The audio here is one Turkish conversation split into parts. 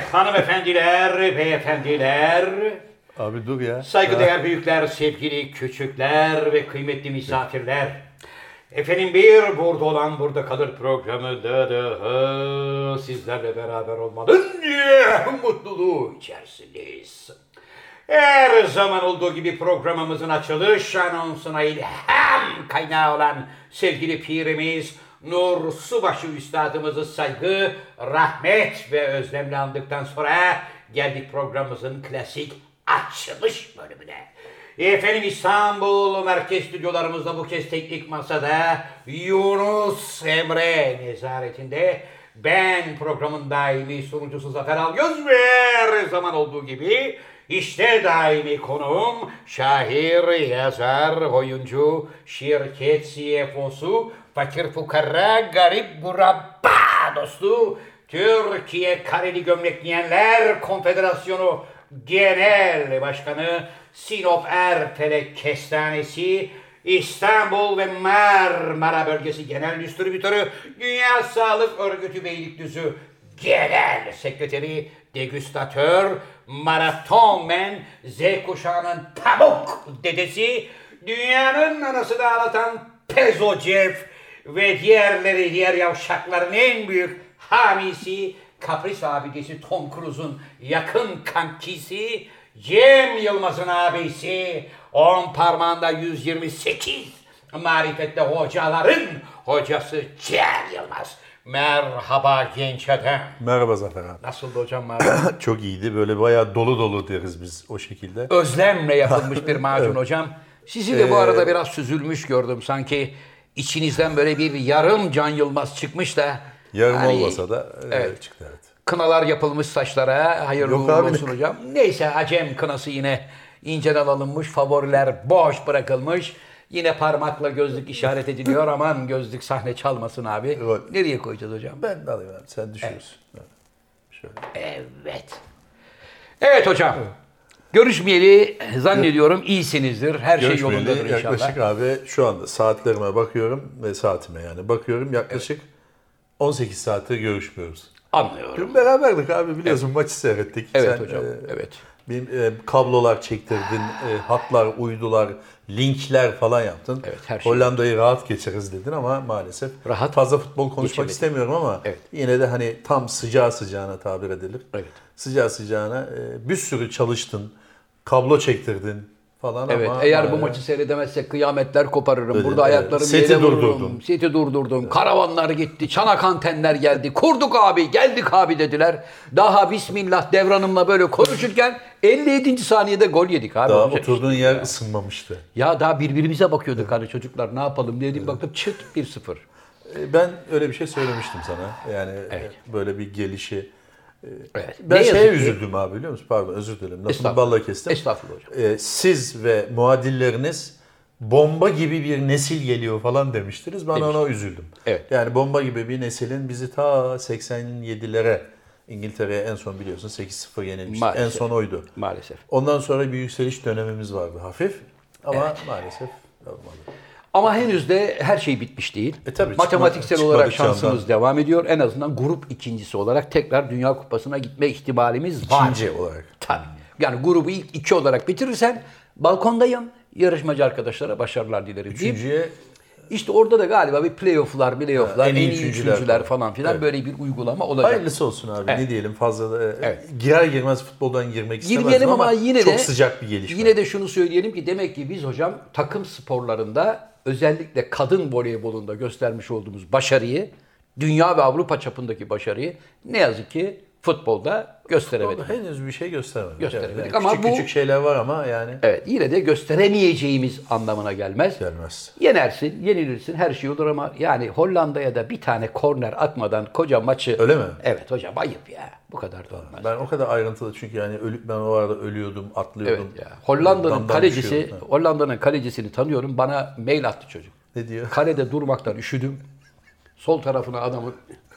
hanımefendiler, beyefendiler, Abi dur ya. saygıdeğer büyükler, sevgili küçükler ve kıymetli misafirler. Efendim bir burada olan burada kalır programında da sizlerle beraber olmanın mutluluğu içerisindeyiz. Her zaman olduğu gibi programımızın açılış anonsuna ilham kaynağı olan sevgili pirimiz Nur Subaşı Üstadımızı saygı, rahmet ve özlemle andıktan sonra geldik programımızın klasik açılış bölümüne. Efendim İstanbul Merkez Stüdyolarımızda bu kez teknik masada Yunus Emre nezaretinde ben programın daimi sunucusu Zafer Algöz ve her zaman olduğu gibi işte daimi konuğum şair, yazar, oyuncu, şirket CFO'su, fakir fukara, garip burabba dostu, Türkiye Kareli Gömlek Giyenler Konfederasyonu Genel Başkanı, Sinop Erfelek Kestanesi, İstanbul ve Marmara Bölgesi Genel Distribütörü, Dünya Sağlık Örgütü Beylikdüzü Genel Sekreteri, degüstatör, maratonmen, Z kuşağının pamuk dedesi, dünyanın anasını ağlatan Pezocev ve diğer yavşakların en büyük hamisi, Kapris abidesi Tom Cruise'un yakın kankisi, Cem Yılmaz'ın abisi, 10 parmağında 128 marifetli hocaların hocası Cem Yılmaz. Merhaba genç adam. Merhaba Zafer abi. Nasıldı hocam? Çok iyiydi. Böyle bayağı dolu dolu deriz biz o şekilde. Özlemle yapılmış bir macun hocam. Sizi de bu arada biraz süzülmüş gördüm. Sanki içinizden böyle bir yarım Can Yılmaz çıkmış da. Yarım hani, olmasa da evet, çıktı evet. Kınalar yapılmış saçlara. Hayırlı Yok uğurlu abi. olsun hocam. Neyse Acem kınası yine inceden alınmış. Favoriler boş bırakılmış. Yine parmakla gözlük işaret ediliyor. Aman gözlük sahne çalmasın abi. Evet. Nereye koyacağız hocam? Ben de alayım abi. Sen düşüyorsun. Evet. Şöyle. Evet. Evet hocam. Görüşmeyeli zannediyorum iyisinizdir. Her şey Görüşmeyeli yolundadır inşallah. yaklaşık abi şu anda saatlerime bakıyorum ve saatime yani bakıyorum yaklaşık 18 saattir görüşmüyoruz. Anlıyorum. Dün beraberdik abi biliyorsun maçı seyrettik. Evet Sen, hocam. Evet. Kablolar çektirdin, hatlar, uydular, linkler falan yaptın. Evet, her şey. Hollanda'yı rahat geçeriz dedin ama maalesef Rahat fazla futbol konuşmak geçemedik. istemiyorum ama Evet. yine de hani tam sıcağı sıcağına tabir edilir. Evet. Sıcağı sıcağına bir sürü çalıştın, kablo çektirdin falan Evet, ama eğer bu maçı seyredemezsek kıyametler koparırım. Öyle, Burada evet. ayaklarımı Seti yere vururum. durdurdum. Seti durdurdum. Karavanlar gitti. Çanak antenler geldi. Kurduk abi, geldik abi dediler. Daha bismillah devranımla böyle konuşurken 57. saniyede gol yedik abi. daha Olacak oturduğun işte yer ya. ısınmamıştı. Ya daha birbirimize bakıyorduk hani çocuklar ne yapalım dedim baktım çıt 1-0. Ben öyle bir şey söylemiştim sana. Yani böyle bir gelişi. Evet. Ben Ne şeye yazık ki- üzüldüm abi biliyor musun? Pardon özür dilerim. Lafını Estağfurullah. balla kestim. Estağfurullah hocam. Siz ve muadilleriniz bomba gibi bir nesil geliyor falan demiştiniz. Ben ona üzüldüm. Evet. Yani bomba gibi bir neslin bizi ta 87'lere İngiltere'ye en son biliyorsun 8-0 yenilmişti. En Maalesef. son oydu. Maalesef. Ondan sonra bir yükseliş dönemimiz vardı hafif. Ama maalesef olmadı. Ama henüz de her şey bitmiş değil. Tabii, Matematiksel çıkmadık olarak şansımız candan. devam ediyor. En azından grup ikincisi olarak tekrar Dünya Kupası'na gitme ihtimalimiz var. İkinci olarak. Tabii. Yani grubu ilk 2 olarak bitirirsen balkondayım. Yarışmacı arkadaşlara başarılar dilerim deyip Üçüncüye İşte orada da galiba bir playoff'lar, en en iyi iyi üçüncüler üçüncüler falan filan Evet. böyle bir uygulama olacak. hayırlısı olsun abi. Evet. Ne diyelim fazla da Evet. girer girmez futboldan girmek istemezdim Girmeyelim ama yine çok de sıcak bir gelişme. Yine de şunu söyleyelim ki demek ki biz hocam takım sporlarında özellikle kadın voleybolunda göstermiş olduğumuz başarıyı, dünya ve Avrupa çapındaki başarıyı ne yazık ki futbolda gösteremedik. henüz bir şey göstermedik. Gösteremedik Yani ama küçük bu- küçük şeyler var ama yani Evet, yine de gösteremeyeceğimiz anlamına gelmez. gelmez. Yenersin, yenilirsin, her şey olur ama yani Hollanda'ya da bir tane korner atmadan koca maçı... Öyle mi? Evet hocam ayıp ya. Bu kadar da olmaz. Ben o kadar ayrıntılı çünkü yani ben o arada ölüyordum, Evet atlıyordum. ya. Hollanda'nın Damdan kalecisi, düşüyordum. Hollanda'nın kalecisini tanıyorum. Bana mail attı çocuk. Ne diyor? Kalede durmaktan üşüdüm. Sol tarafına adamın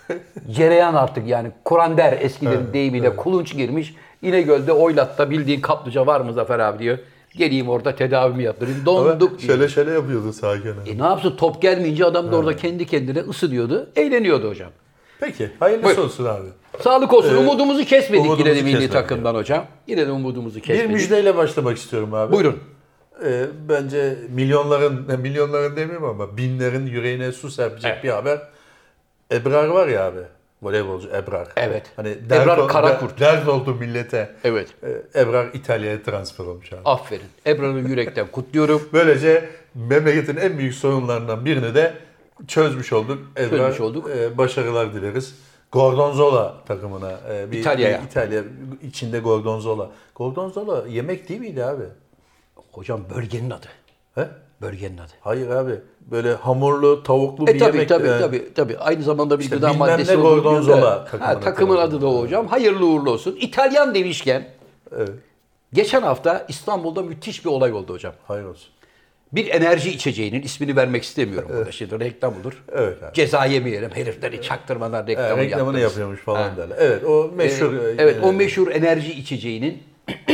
cereyan artık yani Kurander eskilerin deyimiyle kulunç girmiş. İnegöl'de Oylat'ta bildiğin kaplıca var mı Zafer abi diyor. Geleyim orada tedavimi yaptırayım. Donduk diyor. Şöyle yapıyordu Sakin abi. Ne yapsın top gelmeyince adam da orada kendi kendine ısınıyordu. Eğleniyordu hocam. Peki. Hayırlısı Buyur. olsun abi. Sağlık olsun. Umudumuzu kesmedik umudumuzu yine de milli kesmedik takımdan hocam. Yine de umudumuzu Bir kesmedik. müjdeyle başlamak istiyorum abi. Buyurun. Bence milyonların demeyeyim ama binlerin yüreğine su serpecek Evet. bir haber. Ebrar var ya abi. Voleybolcu Ebrar. Evet. Hani Ebrar Karakurt. Dert oldu millete. Evet. Ebrar İtalya'ya transfer olmuş abi. Aferin. Ebrar'ı yürekten kutluyorum. Böylece memleketin en büyük sorunlarından birini de çözmüş olduk. Ebrar, Çözmüş olduk. Başarılar dileriz. Gorgonzola takımına. İtalya'ya. İtalya içinde Gorgonzola. Gorgonzola yemek değil miydi abi? Hocam bölgenin adı. He? Bölgenin adı. Hayır abi. Böyle hamurlu, tavuklu bir yemek. Tabii. Aynı zamanda bir İşte gıda bilmem maddesi ne olduğunu Gorgonzola biliyorum da. takımına Takımın tanıdım. adı da o hocam. Hayırlı uğurlu olsun. İtalyan demişken Evet. geçen hafta İstanbul'da müthiş bir olay oldu hocam. Hayır olsun. Bir enerji içeceğinin ismini vermek istemiyorum burada. Şimdi reklam olur. Evet abi. Ceza yemeyelim. Herifleri çaktırmadan reklamını Reklamını yaptınız. yapıyormuş falan Ha. derler. Evet o meşhur. Evet, o meşhur enerji içeceğinin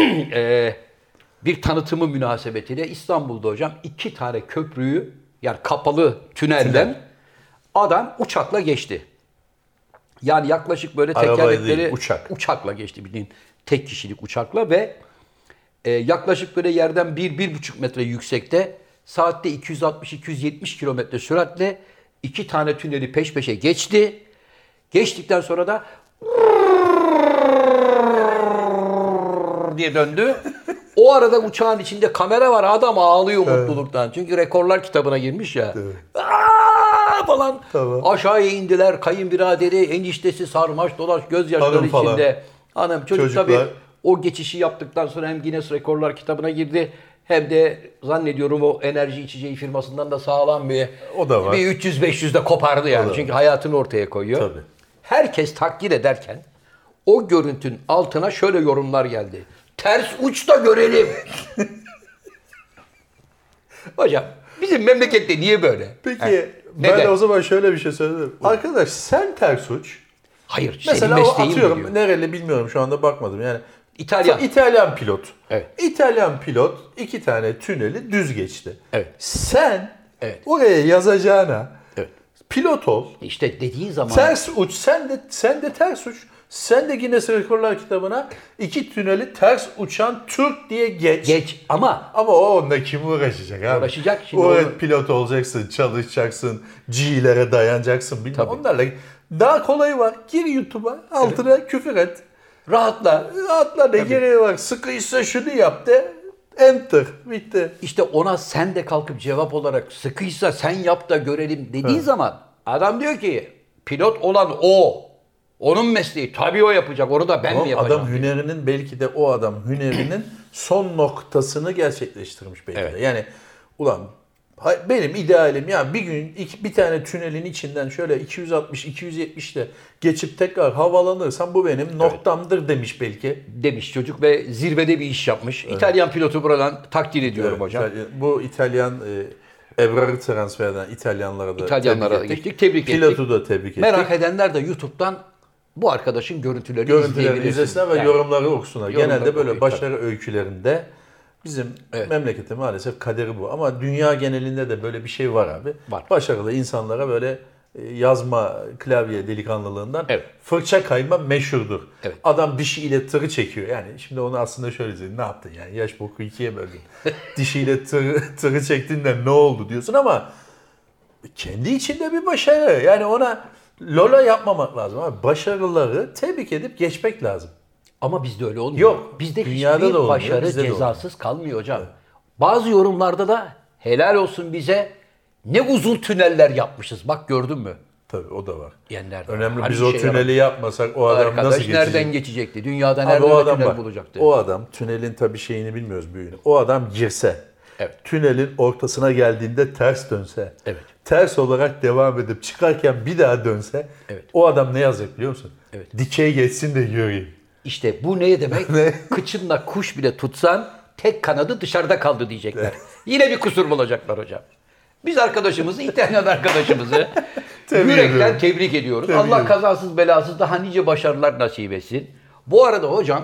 bir tanıtımı münasebetiyle İstanbul'da hocam 2 tane köprüyü, yani kapalı tünelden adam uçakla geçti. Yani yaklaşık böyle Araba tekerlekleri değil, uçak. uçakla geçti, bildiğin tek kişilik uçakla ve yaklaşık böyle yerden 1-1,5 metre yüksekte saatte 260-270 kilometre süratle 2 tane tüneli peş peşe geçti. Geçtikten sonra da diye döndü. O arada uçağın içinde kamera var. Adam ağlıyor mutluluktan. Çünkü rekorlar kitabına girmiş ya. Aa! Falan. Tamam. Aşağıya indiler. Kayınbiraderi, eniştesi sarmaş dolaş gözyaşları Hanım falan. içinde. Hanım çocuk Çocuklar. tabii o geçişi yaptıktan sonra hem Guinness Rekorlar kitabına girdi. Hem de zannediyorum o enerji içeceği firmasından da sağlam bir O da var. bir 300-500 de kopardı yani. Çünkü hayatını ortaya koyuyor. Tabii. Herkes takdir ederken o görüntünün altına şöyle yorumlar geldi. Ters uç da görelim. Hocam bizim memlekette niye böyle? Peki ben neden? de o zaman şöyle bir şey söyledim. Arkadaş sen ters uç. Hayır, Mesela senin o mesleğin atıyorum mi diyor? nereli bilmiyorum şu anda bakmadım yani. İtalyan. İtalyan pilot. Evet. İtalyan pilot 2 tane tüneli düz geçti. Evet. Sen Evet. oraya yazacağına Evet. pilot ol. İşte dediğin zaman Ters uç. Sen de ters uç. Sen de Guinness Rekorlar kitabına 2 tüneli ters uçan Türk diye geç ama Ama onunla kim uğraşacak abi? Uğraşacak. Şimdi O onu- pilot olacaksın, çalışacaksın, G'lere dayanacaksın. Bilmem. Tabii. Onlarla daha kolayı var. Gir YouTube'a, altına küfür et. rahatla. Atla ne gereği var? Sıkıysa şunu yap de. Enter. Bitti. İşte ona sen de kalkıp cevap olarak sıkıysa sen yap da görelim dediği zaman adam diyor ki pilot olan o. Onun mesleği. Tabii o yapacak. Onu da ben mi Ama yapacağım? adam hünerinin belki de o adam hünerinin son noktasını gerçekleştirmiş belki Evet. de. Yani ulan benim idealim ya bir gün bir tane tünelin içinden şöyle 260-270 ile geçip tekrar havalanırsam bu benim noktamdır demiş belki. Demiş çocuk ve zirvede bir iş yapmış. İtalyan pilotu buradan takdir ediyorum hocam. Bu İtalyan Ebrar'ı transfer eden İtalyanlara da İtalyanlara tebrik ettik. geçtik, tebrik ettik. Pilotu da tebrik ettik. Merak edenler de YouTube'dan bu arkadaşın görüntülerini Görüntülerini izleyebilirsin. izlesinler ve Yani yorumları okusunlar. yorumları Genelde böyle okuyun, başarı öykülerinde bizim Evet. memleketin maalesef kaderi bu. Ama dünya genelinde de böyle bir şey var abi. Var. Başarılı insanlara böyle yazma klavye delikanlılığından Evet. fırça kayma meşhurdur. Evet. Adam dişiyle tırı çekiyor. Yani şimdi onu aslında şöyle diyeyim. Ne yaptın yani? Yaş boku ikiye böldün. Dişiyle tırı çektin de ne oldu diyorsun ama kendi içinde bir başarı. Yani ona lola yapmamak lazım. Ama başarıları tebrik edip geçmek lazım. Ama bizde öyle olmuyor. Yok, Bizde dünyada hiçbir da olmuyor, başarı bizde de cezasız kalmıyor hocam. Bazı yorumlarda da helal olsun bize ne uzun tüneller yapmışız. Bak gördün mü? Tabii o da var. Diyenler de var. Önemli Hani biz bir o şey tüneli yapmasak o adam nasıl Arkadaş geçecek? nereden geçecekti? Dünyada Abi nerede o adam tünel bak, bulacaktı? o adam tünelin tabii şeyini bilmiyoruz büyüğünü. O adam girse, Evet. tünelin ortasına geldiğinde ters dönse, Evet. ters olarak devam edip çıkarken bir daha dönse, Evet. o adam ne yazacak biliyor musun? Evet. Dikey geçsin de yürüyeyim. İşte bu ne demek? Ne? Kıçınla kuş bile tutsan tek kanadı dışarıda kaldı diyecekler. Yine bir kusur bulacaklar hocam. Biz arkadaşımızı, İtalyan arkadaşımızı Tebrik yürekten ediyorum. tebrik ediyoruz. Tebrik Allah ediyorum. kazasız belasız daha nice başarılar nasip etsin. Bu arada hocam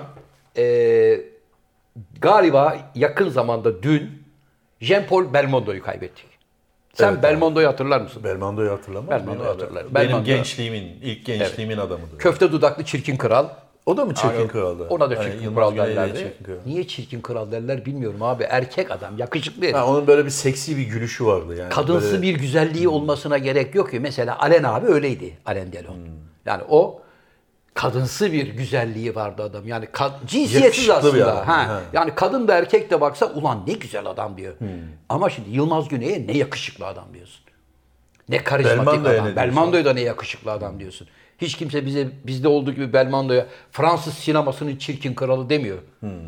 galiba yakın zamanda dün Jean-Paul Belmondo'yu kaybettik. Sen Evet, Belmondo'yu hatırlar mısın? Belmondo'yu hatırlamam. Belmondo'yu hatırlarım. Benim Belmondo. ilk gençliğimin adamıdır. Köfte dudaklı çirkin kral. O da mı Çirkin Kral'dı? Ona da Yani çirkin Yılmaz kral Güney'le derlerdi. Çirkin Kral. Niye çirkin kral derler bilmiyorum abi. Erkek adam, yakışıklı herif. Ha, onun böyle bir seksi bir gülüşü vardı yani. Kadınsı böyle... bir güzelliği olmasına gerek yok ki. Mesela Alen abi öyleydi. Alen Delon. Yani o kadınsı bir güzelliği vardı adam. Yani cinsiyetsiz Yakışıklı bir aslında. adam. Ha. Ha. Yani kadın da erkek de baksa ulan ne güzel adam diyor. Ama şimdi Yılmaz Güney'e ne yakışıklı adam diyorsun. Ne karizmatik Belmondo'ya adam. ne diyorsun? Belmondo'ya da ne yakışıklı adam diyorsun. Hiç kimse bizde olduğu gibi Belmondo'ya Fransız sinemasının çirkin kralı demiyor.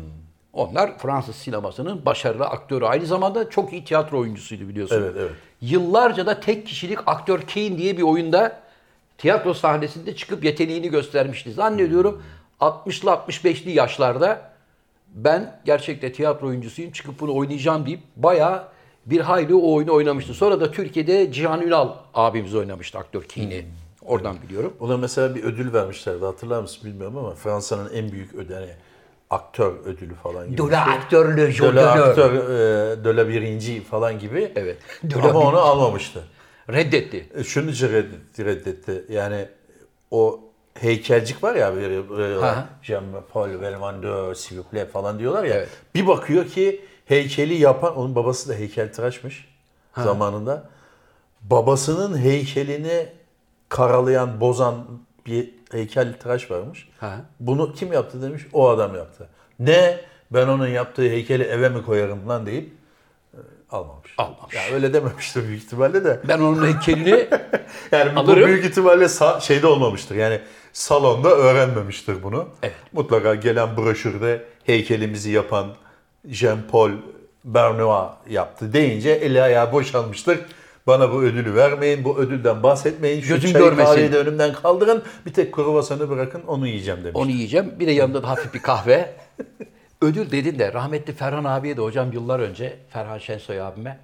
Onlar Fransız sinemasının başarılı aktörü. Aynı zamanda çok iyi tiyatro oyuncusuydu biliyorsun. Evet, evet. Yıllarca da tek kişilik aktör Kane diye bir oyunda tiyatro sahnesinde çıkıp yeteneğini göstermişti. Zannediyorum 60'lı 65'li yaşlarda ben gerçekten tiyatro oyuncusuyum çıkıp bunu oynayacağım deyip bayağı bir hayli o oyunu oynamıştı. Sonra da Türkiye'de Cihan Ünal abimiz oynamıştı aktör Kane'i. Oradan biliyorum. Ona mesela bir ödül vermişlerdi, hatırlar mısın bilmiyorum ama Fransa'nın en büyük ödülü, yani aktör ödülü falan gibi. De la acteur le De jour la d'honneur. acteur, de la birinci falan gibi. Evet. Ama onu almamıştı. Reddetti. Şunun için reddetti. Yani o heykelcik var ya böyle Ha. Jean-Paul Belmondo, s'il vous plaît falan diyorlar ya. Evet. Bir bakıyor ki heykeli yapan, onun babası da heykeltıraşmış zamanında. Babasının heykelini karalayan, bozan bir heykeltıraş varmış. Ha. Bunu kim yaptı demiş, o adam yaptı. Ne? Ben onun yaptığı heykeli eve mi koyarım lan deyip almamış. Almamış. Ya öyle dememiştir büyük ihtimalle de. Ben onun heykelini Yani bu alırım. büyük ihtimalle şeyde olmamıştır. Yani salonda öğrenmemiştir bunu. Evet. Mutlaka gelen broşürde heykelimizi yapan Jean-Paul Bernois yaptı deyince eli ayağı boşalmıştır. Bana bu ödülü vermeyin, bu ödülden bahsetmeyin. Şu Gözüm çayı görmesin. kahveyi de önümden kaldırın. Bir tek kruvasanı bırakın, onu yiyeceğim demiş. onu yiyeceğim. Bir de yanında da hafif bir kahve. Ödül dedin de rahmetli Ferhan abiye de hocam yıllar önce Ferhan Şensoy abime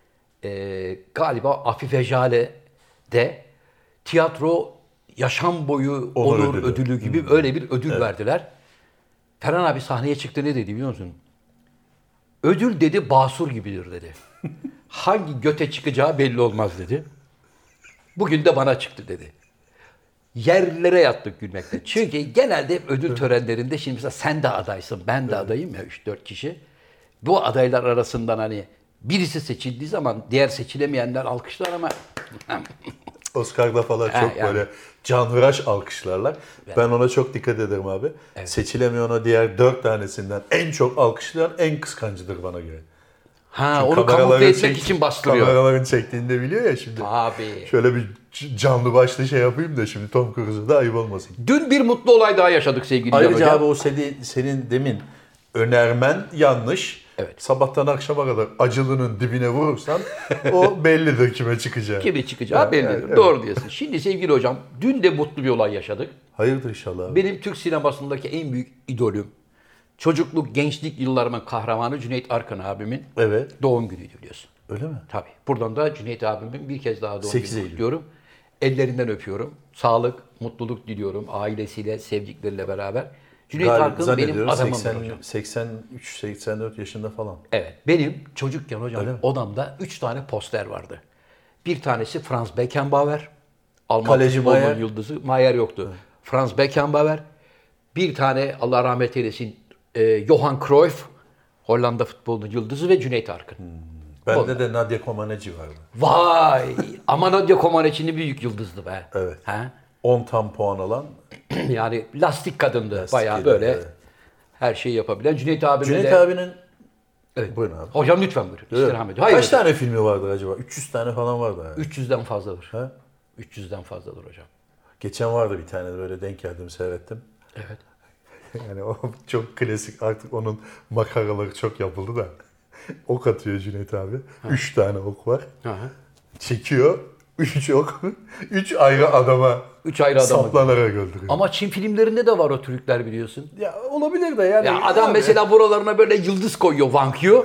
galiba Afife Jale'de tiyatro yaşam boyu Onur onur ödülü. ödülü gibi öyle bir ödül verdiler. Ferhan abi sahneye çıktı ne dedi biliyor musun? Ödül dedi basur gibidir dedi. Hangi göte çıkacağı belli olmaz dedi. Bugün de bana çıktı dedi. Yerlere yattık gülmekten. Çünkü genelde hep ödül törenlerinde şimdi mesela sen de adaysın, ben de adayım ya 3-4 kişi. Bu adaylar arasından hani birisi seçildiği zaman diğer seçilemeyenler alkışlar ama Oscar'da falan çok yani. böyle canhıraş alkışlarlar. Ben ona çok dikkat ederim abi. Seçilemiyor o diğer 4 tanesinden en çok alkışlayan en kıskancıdır bana göre. ha onu Kameraların kamufle etmek için bastırıyor. Kameraların çektiğini de biliyor ya şimdi. Abi. Şöyle bir canlı başlı şey yapayım da şimdi Tom Cruise'a da ayıp olmasın. Dün bir mutlu olay daha yaşadık sevgili Can Ayrıca Hocam. abi o senin demin önermen yanlış. Evet. Sabahtan akşama kadar acılının dibine vurursan o bellidir kime çıkacağı. Kimi çıkacağı bellidir. evet. Doğru diyorsun. Şimdi sevgili hocam dün de mutlu bir olay yaşadık. Hayırdır inşallah abi. Benim Türk sinemasındaki en büyük idolüm, çocukluk, gençlik yıllarımın kahramanı Cüneyt Arkın abimin Evet. doğum günüydü biliyorsun. Öyle mi? Tabii. Buradan da Cüneyt abimin bir kez daha doğum 8 gününü Eylül. kutluyorum. Ellerinden öpüyorum. Sağlık, mutluluk diliyorum ailesiyle, sevdikleriyle beraber. Cüneyt Arkın benim Zannediyorum adamımdır hocam. 83-84 yaşında falan. Evet. Benim çocukken hocam Öyle mi? odamda 3 tane poster vardı. Bir tanesi Franz Beckenbauer. Alman Kaleci futbolunun Maier. yıldızı. Maier yoktu. Franz Beckenbauer. Bir tane Allah rahmet eylesin Johan Cruyff. Hollanda futbolunun yıldızı ve Cüneyt Arkın. Bende de Nadia Comaneci vardı. Vay! Ama Nadia Comaneci'nin büyük yıldızdı be. Evet. Ha? 10 tam puan alan. Yani lastik kadındı. Lastik Bayağı kadın, böyle evet. her şeyi yapabilen. Cüneyt abime Cüneyt de... abinin Evet. buyurun abi. Hocam lütfen buyurun. İstirham ediyorum. Hayır Kaç hocam. tane filmi vardır acaba? 300 tane falan vardı. Yani. 300'den fazladır. Ha? 300'den fazladır hocam. Geçen vardı bir tane böyle denk geldim seyrettim. Evet. Yani o çok klasik, artık onun makaraları çok yapıldı da. Ok atıyor Cüneyt abi. 3 tane ok var. Hı. Çekiyor. 3 ok. 3 ayrı adama 3 ayrı adamı. saplanarak öldürüyor. Ama Çin filmlerinde de var o trükler biliyorsun. Ya olabilir de yani. Ya adam abi. mesela buralarına böyle yıldız koyuyor Wang Yu.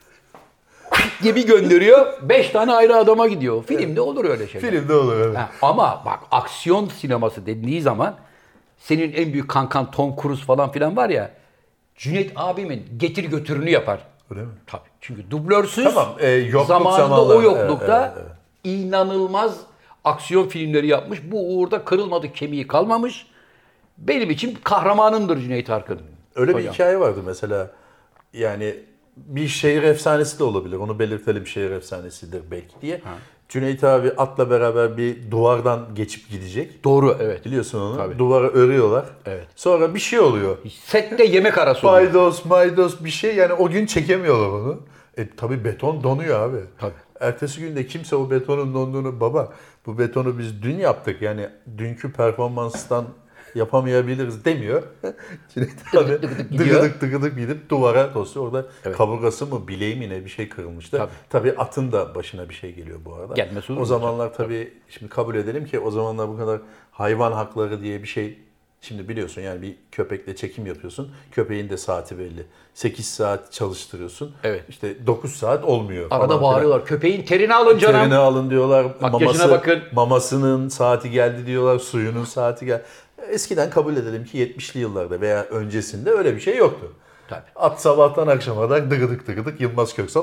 gibi gönderiyor. 5 tane ayrı adama gidiyor. Filmde olur öyle şeyler. Filmde olur evet. Ha, ama bak aksiyon sineması dediği zaman senin en büyük kankan Tom Cruise falan filan var ya. Cüneyt abimin getir götürünü yapar. Öyle mi? Tabii. Çünkü dublörsüz Tamam, yokluk zamanında zamanları. o yoklukta Evet. inanılmaz aksiyon filmleri yapmış. Bu uğurda kırılmadı kemiği kalmamış. Benim için kahramanımdır Cüneyt Arkın. Öyle bir Hocam. hikaye vardı mesela. Yani bir şehir efsanesi de olabilir. Onu belirtelim, şehir efsanesidir belki diye. Cüneyt abi atla beraber bir duvardan geçip gidecek. Doğru, evet. Biliyorsun onu. Tabii. Duvara örüyorlar. Evet. Sonra bir şey oluyor. Sette yemek arası oluyor. Maydos bir şey, yani o gün çekemiyorlar onu. Tabii beton donuyor abi. Tabii. Ertesi gün de kimse o betonun donduğunu, baba bu betonu biz dün yaptık, yani dünkü performanstan yapamayabiliriz demiyor. Cüneyt abi dıgıdık gidip duvara tosluyor. Orada kaburgası mı bileği mi ne bir şey kırılmıştı. Tabii atın da başına bir şey geliyor bu arada. Gelmesi olur o mu? zamanlar tabii şimdi kabul edelim ki o zamanlar bu kadar hayvan hakları diye bir şey. Şimdi biliyorsun yani bir köpekle çekim yapıyorsun. Köpeğin de saati belli. 8 saat çalıştırıyorsun. Evet. İşte 9 saat olmuyor. Arada falan bağırıyorlar. Köpeğin terini alın canım. Terini alın diyorlar. Makyajına bakın. Mamasının saati geldi diyorlar. Suyunun saati geldi. Eskiden kabul edelim ki 70'li yıllarda veya öncesinde öyle bir şey yoktu. Tabii. At sabahtan akşama kadar dıgıdık Yılmaz Köksal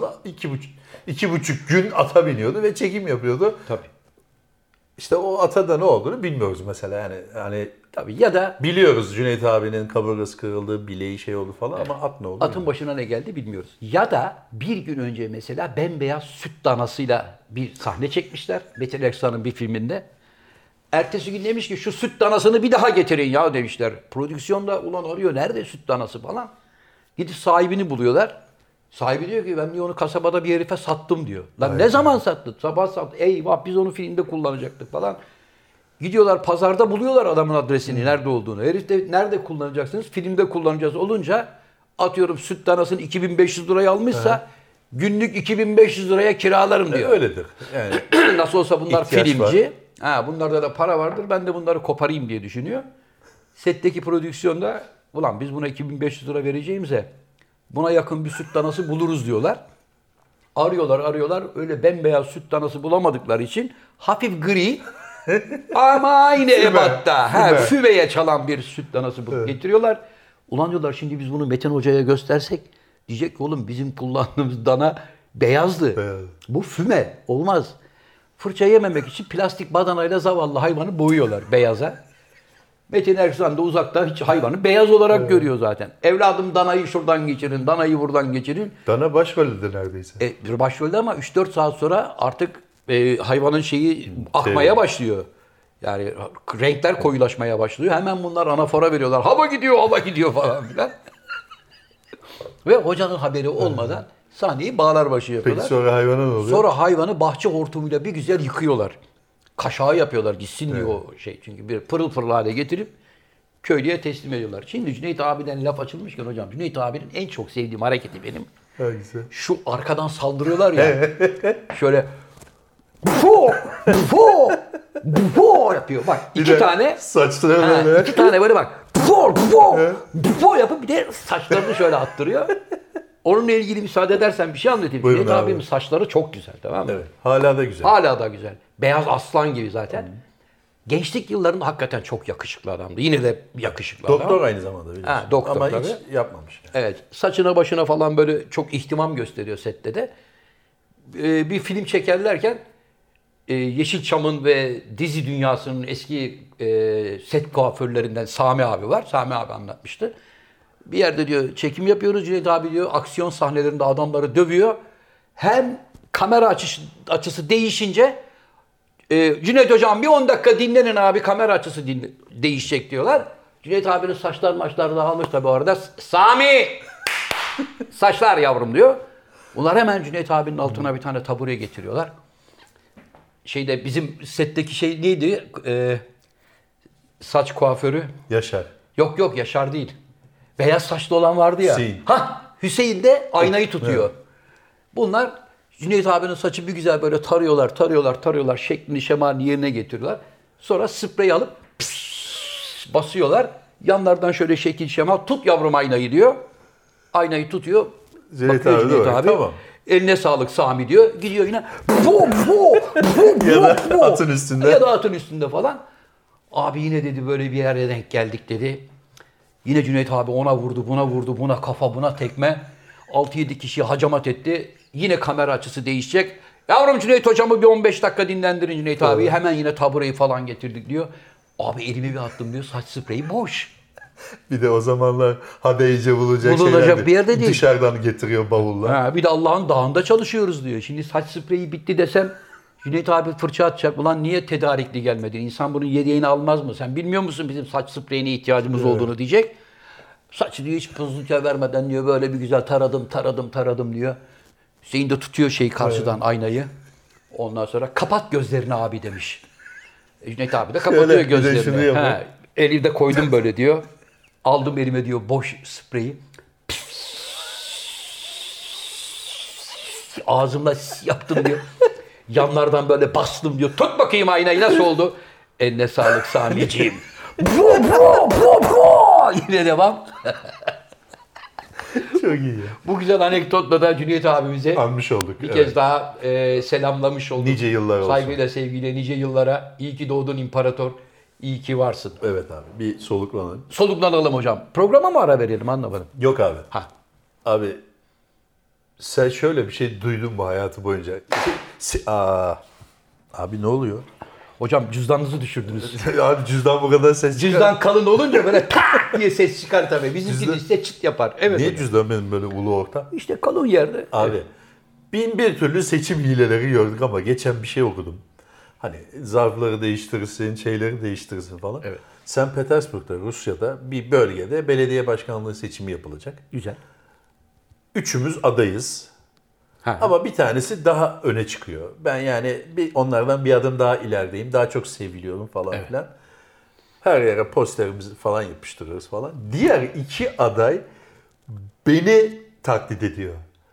2,5 gün ata biniyordu ve çekim yapıyordu. Tabii. İşte o ata da ne olduğunu bilmiyoruz mesela, yani Tabii ya da biliyoruz Cüneyt abinin kaburgası kırıldı, bileği şey oldu falan ama at ne oldu? atın başına ne geldi bilmiyoruz. Ya da bir gün önce mesela bembeyaz süt danasıyla bir sahne çekmişler. Metin Erksan'ın bir filminde. Ertesi gün demiş ki şu süt danasını bir daha getirin ya demişler. Prodüksiyonda ulan arıyor nerede süt danası falan. Gidip sahibini buluyorlar. Sahibi diyor ki ben diyor onu kasabada bir herife sattım diyor. Lan ne zaman sattın? Sabah sattın. Eyvah biz onu filmde kullanacaktık falan. Gidiyorlar pazarda buluyorlar adamın adresini, nerede olduğunu. Herif de nerede kullanacaksınız? Filmde kullanacağız olunca atıyorum süt danasını 2500 liraya almışsa günlük 2500 liraya kiralarım diyor. Öyledir. Yani Nasıl olsa bunlar İhtiyaç filmci. Bunlarda da para vardır. Ben de bunları koparayım diye düşünüyor. Setteki prodüksiyonda ulan biz buna 2500 lira vereceğimize buna yakın bir süt danası buluruz diyorlar. Arıyorlar. Öyle bembeyaz süt danası bulamadıkları için hafif gri ama aynı ebatta füveye çalan bir süt danası bulup getiriyorlar. Ulan diyorlar şimdi biz bunu Metin Hoca'ya göstersek diyecek ki oğlum bizim kullandığımız dana beyazdı. Bu füme olmaz. Fırça yememek için plastik badanayla zavallı hayvanı boyuyorlar beyaza. Metin Erksan da uzakta hiç hayvanı beyaz olarak görüyor zaten. Evladım danayı şuradan geçirin, danayı buradan geçirin. Dana başrolde neredeyse. Başrolde ama 3-4 saat sonra artık hayvanın şeyi akmaya başlıyor. Yani renkler koyulaşmaya başlıyor. Hemen bunlar anafora veriyorlar. Hava gidiyor falan filan. Ve hocanın haberi olmadan sahneyi Bağlarbaşı yapıyorlar. Peki sonra hayvana ne oluyor? Sonra hayvanı bahçe hortumuyla bir güzel yıkıyorlar. Kaşağı yapıyorlar gitsin diyor o şey. Çünkü bir pırıl pırıl hale getirip köylüye teslim ediyorlar. Şimdi Cüneyt abiden laf açılmışken hocam Cüneyt abinin en çok sevdiğim hareketi benim. Hangisi? Şu arkadan saldırıyorlar ya. Şöyle bufo yapıyor. Bak iki tane saçları böyle. iki tane böyle bak bufo yapıp bir de saçlarını şöyle attırıyor. Onunla ilgili müsaade edersen bir şey anlatayım. Buyurun Cüneyt abi. abimin saçları çok güzel, tamam mı? Evet. Hala da güzel. Hala da güzel. Beyaz aslan gibi zaten. Gençlik yıllarında hakikaten çok yakışıklı adamdı. Yine de yakışıklı adam. Doktor aynı zamanda biliyorsun. Doktor ama tabii. hiç yapmamış. Yani. Evet. Saçına başına falan böyle çok ihtimam gösteriyor sette de. Bir film çekerlerken Yeşilçam'ın ve dizi dünyasının eski set kuaförlerinden Sami abi var. Sami abi anlatmıştı. Bir yerde diyor çekim yapıyoruz. Cüneyt abi diyor aksiyon sahnelerinde adamları dövüyor. Hem kamera açısı değişince Cüneyt hocam bir 10 dakika dinlenin abi kamera açısı değişecek diyorlar. Cüneyt abinin maçlar dağılmış tabii orada. Sami! Saçlar yavrum diyor. Bunlar hemen Cüneyt abinin altına bir tane tabure getiriyorlar. Bizim setteki şey neydi? Saç kuaförü. Yaşar. Yok Yaşar değil. Beyaz saçlı olan vardı ya. Hüseyin. Hüseyin de aynayı tutuyor. Evet. Bunlar Cüneyt abinin saçı bir güzel böyle tarıyorlar. Şeklini şemalini yerine getiriyorlar. Sonra sprey alıp basıyorlar. Yanlardan şöyle şekil şemal tut yavrum aynayı diyor. Aynayı tutuyor. Cüneyt abi. Tamam. Eline sağlık Sami diyor. Gidiyor yine ya da atın üstünde. Ya da atın üstünde falan. Abi yine dedi böyle bir yere denk geldik dedi. Yine Cüneyt abi ona vurdu, buna kafa, buna tekme. 6-7 kişiyi hacamat etti. Yine kamera açısı değişecek. Yavrum Cüneyt hocamı bir 15 dakika dinlendirin Cüneyt abi. Hemen yine tabureyi falan getirdik diyor. Abi elimi bir attım diyor. Saç spreyi boş. Bir de o zamanlar hadeyce bulacak Bir yerde değil. Dışarıdan getiriyor bavulla. Bir de Allah'ın dağında çalışıyoruz diyor. Şimdi saç spreyi bitti desem Cüneyt abi fırça atacak. Ulan niye tedarikli gelmedin? İnsan bunun yedeğini almaz mı? Sen bilmiyor musun bizim saç spreyine ihtiyacımız olduğunu diyecek. Saçı diyor hiç puzluca vermeden diyor böyle bir güzel taradım diyor. Hüseyin de tutuyor karşıdan aynayı. Ondan sonra kapat gözlerini abi demiş. Cüneyt abi de kapatıyor Şöyle, bir de şunu gözlerini. yapıyor. Eli de koydum böyle diyor. Aldım elime diyor boş spreyi. Ağzımla yaptım diyor. Yanlardan böyle bastım diyor. Tut bakayım aynayı nasıl oldu? Eline sağlık Sami'ciğim. Yine devam. Çok iyi ya. Bu güzel anekdotla da Cüneyt abimize Anmış olduk. bir kez daha selamlamış olduk. Nice yıllar olsun. Saygıyla sevgiyle nice yıllara. İyi ki doğdun imparator. İyi ki varsın. Evet abi bir soluklanalım. Soluklanalım hocam. Programa mı ara verelim anlamadım. Yok abi. Ha. Abi sen şöyle bir şey duydun mu hayatı boyunca? Abi ne oluyor? Hocam cüzdanınızı düşürdünüz. Abi cüzdan bu kadar ses çıkar. Cüzdan kalın olunca böyle tak diye ses çıkar tabii. Bizimkinin ise çıt yapar. Evet. Niye hocam. cüzdan benim böyle ulu orta? İşte kalın yerde. Abi Evet. bin bir türlü seçim hileleri gördük ama geçen bir şey okudum. Hani zarfları değiştirirsin, şeyleri değiştirirsin falan. Evet. St. Petersburg'da, Rusya'da bir bölgede belediye başkanlığı seçimi yapılacak. Güzel. Üçümüz adayız. Ha. Ama bir tanesi daha öne çıkıyor. Ben yani onlardan bir adım daha ilerideyim. Daha çok seviliyorum falan Evet. filan. Her yere posterimizi falan yapıştırıyoruz falan. Diğer iki aday beni taklit ediyor.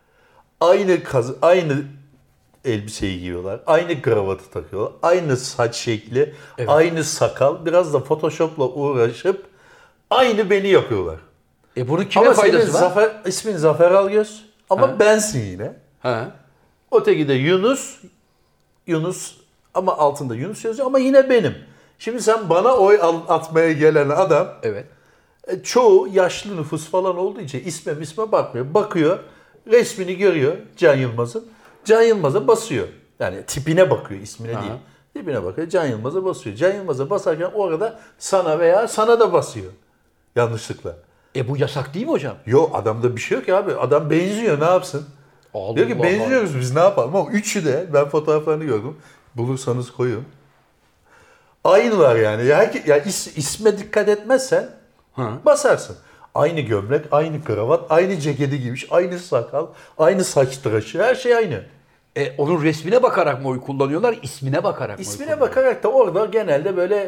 Aynı elbiseyi giyiyorlar. Aynı kravatı takıyorlar. Aynı saç şekli, Evet. aynı sakal. Biraz da Photoshop'la uğraşıp aynı beni yapıyorlar. Bunun kime Ama senin faydası var? ismin Zafer Algöz ama bensin yine. Ha. Öteki de Yunus ama altında Yunus yazıyor ama yine benim. Şimdi sen bana oy atmaya gelen adam Evet. çoğu yaşlı nüfus falan olduğu için isme bakmıyor. Bakıyor, resmini görüyor Can Yılmaz'ın. Can Yılmaz'a basıyor. Yani tipine bakıyor, ismine değil. Tipine bakıyor, Can Yılmaz'a basıyor. Can Yılmaz'a basarken orada sana veya sana da basıyor. Yanlışlıkla. Bu yasak değil mi hocam? Yok adamda bir şey yok ki abi. Adam benziyor ne yapsın? Allah Diyor ki Allah. benziyoruz biz ne yapalım ama üçü de ben fotoğraflarını gördüm. Bulursanız koyun. Aynılar yani. Ya isme dikkat etmezsen basarsın. Aynı gömlek, aynı kravat, aynı ceketi giymiş, aynı sakal, aynı saç tıraşı, her şey aynı. Onun resmine bakarak mı oy kullanıyorlar, ismine bakarak mı İsmine bakarak da orada genelde böyle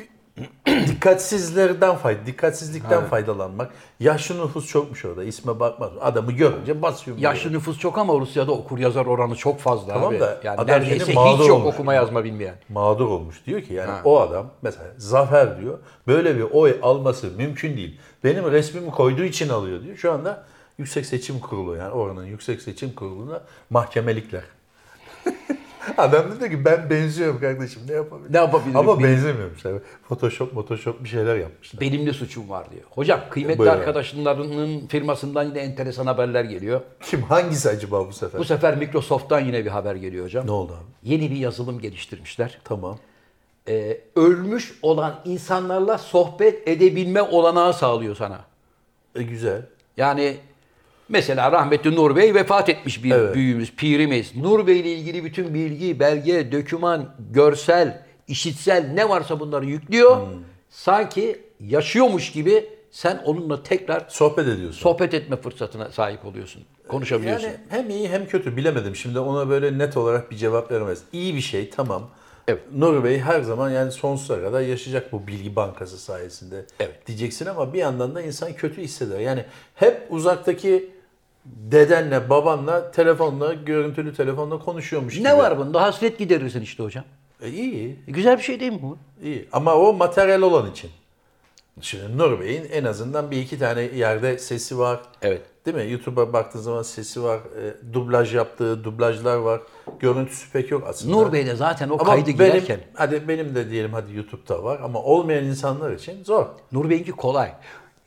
dikkatsizlikten faydalanmak. Yaşlı nüfus çokmuş orada. İsme bakmaz. Adamı görünce basıyor. Yaşlı nüfus çok ama Rusya'da okur-yazar oranı çok fazla Tamam abi. da Yani adam neredeyse şimdi mağdur hiç yok olmuş. okuma yazma bilmeyen. Mağdur olmuş. Diyor ki yani o adam mesela Zafer diyor böyle bir oy alması mümkün değil. Benim resmimi koyduğu için alıyor diyor. Şu anda Yüksek Seçim Kurulu yani oranın Yüksek Seçim Kurulu'na mahkemelikler. Adam dedi ki ben benziyorum kardeşim ne yapabilirim? Ne yapabilirim? Ama benzemiyormuş. Yani Photoshop bir şeyler yapmışlar. Benim de suçum var diyor. Hocam kıymetli Buyurun. arkadaşlarının firmasından yine enteresan haberler geliyor. Kim? Hangisi acaba bu sefer? Bu sefer Microsoft'tan yine bir haber geliyor hocam. Ne oldu abi? Yeni bir yazılım geliştirmişler. Tamam. Ölmüş olan insanlarla sohbet edebilme olanağı sağlıyor sana. Güzel. Yani mesela rahmetli Nur Bey vefat etmiş bir Evet. büyüğümüz, pirimiz. Nur Bey ile ilgili bütün bilgi, belge, doküman, görsel, işitsel ne varsa bunları yüklüyor. Sanki yaşıyormuş gibi sen onunla tekrar Sohbet ediyorsun. sohbet etme fırsatına sahip oluyorsun. Konuşabiliyorsun. Yani hem iyi hem kötü bilemedim. Şimdi ona böyle net olarak bir cevap veremez. İyi bir şey tamam. Evet. Nur Bey her zaman yani sonsuza kadar yaşayacak bu bilgi bankası sayesinde Evet. diyeceksin ama bir yandan da insan kötü hisseder. Yani hep uzaktaki dedenle, babanla, telefonla, görüntülü telefonla konuşuyormuş gibi. Ne var bunda? Hasret giderirsin işte hocam. İyi, Güzel bir şey değil mi bu? iyi. Ama o materyal olan için. Şimdi Nur Bey'in en azından bir iki tane yerde sesi var. Evet. Değil mi? YouTube'a baktığın zaman sesi var. Dublaj yaptığı dublajlar var. Görüntüsü pek yok aslında. Nur Bey de zaten o Ama kaydı girerken. benim de diyelim hadi YouTube'da var ama olmayan insanlar için zor. Nur Bey'inki kolay.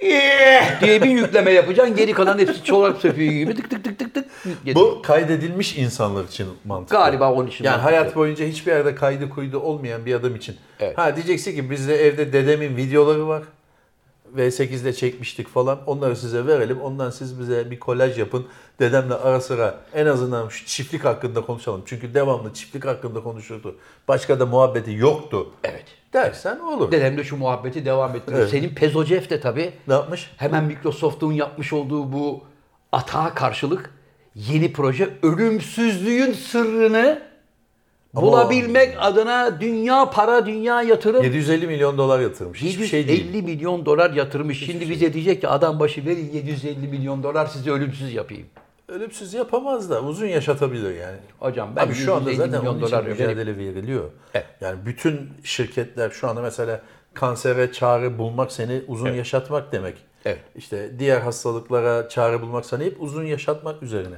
diye bir yükleme yapacaksın. Geri kalan hepsi çolak söpüğü gibi tık tık tık tık tık. Bu kaydedilmiş insanlar için mantıklı. Galiba onun için yani mantıklı. hayat boyunca hiçbir yerde kaydı kuydu olmayan bir adam için. Evet. Ha diyeceksin ki bizde evde dedemin videoları var. V8'de çekmiştik falan. Onları size verelim. Ondan siz bize bir kolaj yapın. Dedemle ara sıra en azından şu çiftlik hakkında konuşalım. Çünkü devamlı çiftlik hakkında konuşurdu. Başka da muhabbeti yoktu. Evet. Dersen olur. Dedem de şu muhabbeti devam ettiriyor. Evet. Senin Pezocef de tabii Ne yapmış? hemen Microsoft'un yapmış olduğu bu atağa karşılık yeni proje ölümsüzlüğün sırrını bulabilmek adına dünya yatırım 750 milyon dolar yatırmış. Hiçbir şey değil. 750 milyon dolar yatırmış. Şimdi bize diyecek ki adam başı verin 750 milyon dolar size ölümsüz yapayım. Ölümsüz yapamaz da uzun yaşatabilir yani. Hocam ben Abi şu anda 750 zaten milyon onun için dolar verip mücadele veriliyor. Evet. Yani bütün şirketler şu anda mesela kansere çare bulmak seni uzun yaşatmak demek. Evet. İşte diğer hastalıklara çare bulmak seni hep uzun yaşatmak üzerine.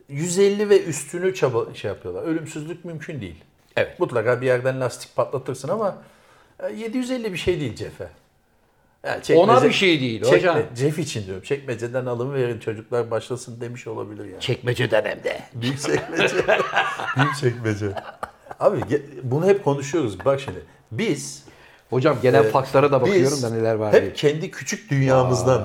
150 ve üstünü şey yapıyorlar. Ölümsüzlük mümkün değil. Evet. Mutlaka bir yerden lastik patlatırsın ama 750 bir şey değil Cefe. Yani Ona bir şey değil hocam. Cef için diyorum. Çekmeceden alın verin çocuklar başlasın demiş olabilir yani. Çekmeceden hem de. Büyük çekmece. Büyük çekmece. Abi bunu hep konuşuyoruz. Bak şimdi biz Hocam gelen fakslara da bakıyorum da neler var diye. hep kendi küçük dünyamızdan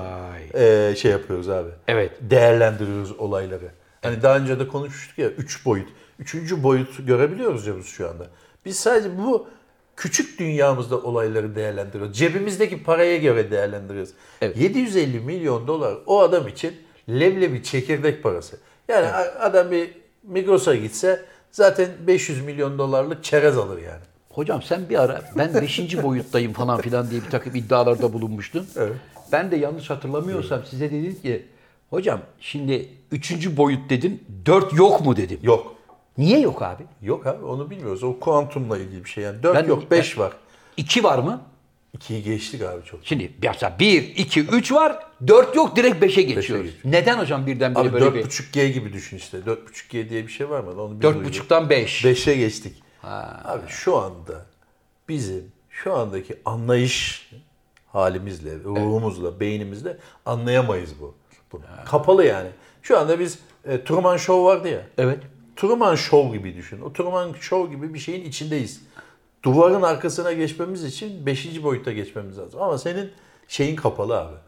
şey yapıyoruz abi. Evet. Değerlendiriyoruz olayları. Hani daha önce de konuşmuştuk ya 3 boyut. 3. boyut görebiliyoruz ya biz şu anda. Biz sadece bu küçük dünyamızda olayları değerlendiriyoruz. Cebimizdeki paraya göre değerlendiriyoruz. Evet. 750 milyon dolar o adam için leblebi çekirdek parası. Yani adam bir Migros'a gitse zaten 500 milyon dolarlık çerez alır yani. Hocam sen bir ara ben 5. boyuttayım falan filan diye bir takım iddialarda bulunmuştun. Evet. Ben de yanlış hatırlamıyorsam size dedim ki hocam şimdi 3. boyut dedin 4 yok mu dedim. Yok. Niye yok abi? Yok abi onu bilmiyoruz. O kuantumla ilgili bir şey. Yani 4 Ben- yok 5 var. 2 var mı? 2'yi geçtik abi çok. Şimdi mesela 1, 2, 3 var 4 yok direkt 5'e geçiyoruz. geçiyoruz. Neden hocam birdenbire Abi böyle bir 4.5G gibi düşün işte. 4.5G diye bir şey var mı? Onu bir duydum. 4.5'tan 5. 5'e geçtik. Abi şu anda bizim şu andaki anlayış halimizle, ruhumuzla, beynimizle anlayamayız bunu. Kapalı yani. Şu anda biz Truman Show vardı ya. Evet. Truman Show gibi düşün. O Truman Show gibi bir şeyin içindeyiz. Duvarın arkasına geçmemiz için 5. boyuta geçmemiz lazım. Ama senin şeyin kapalı abi.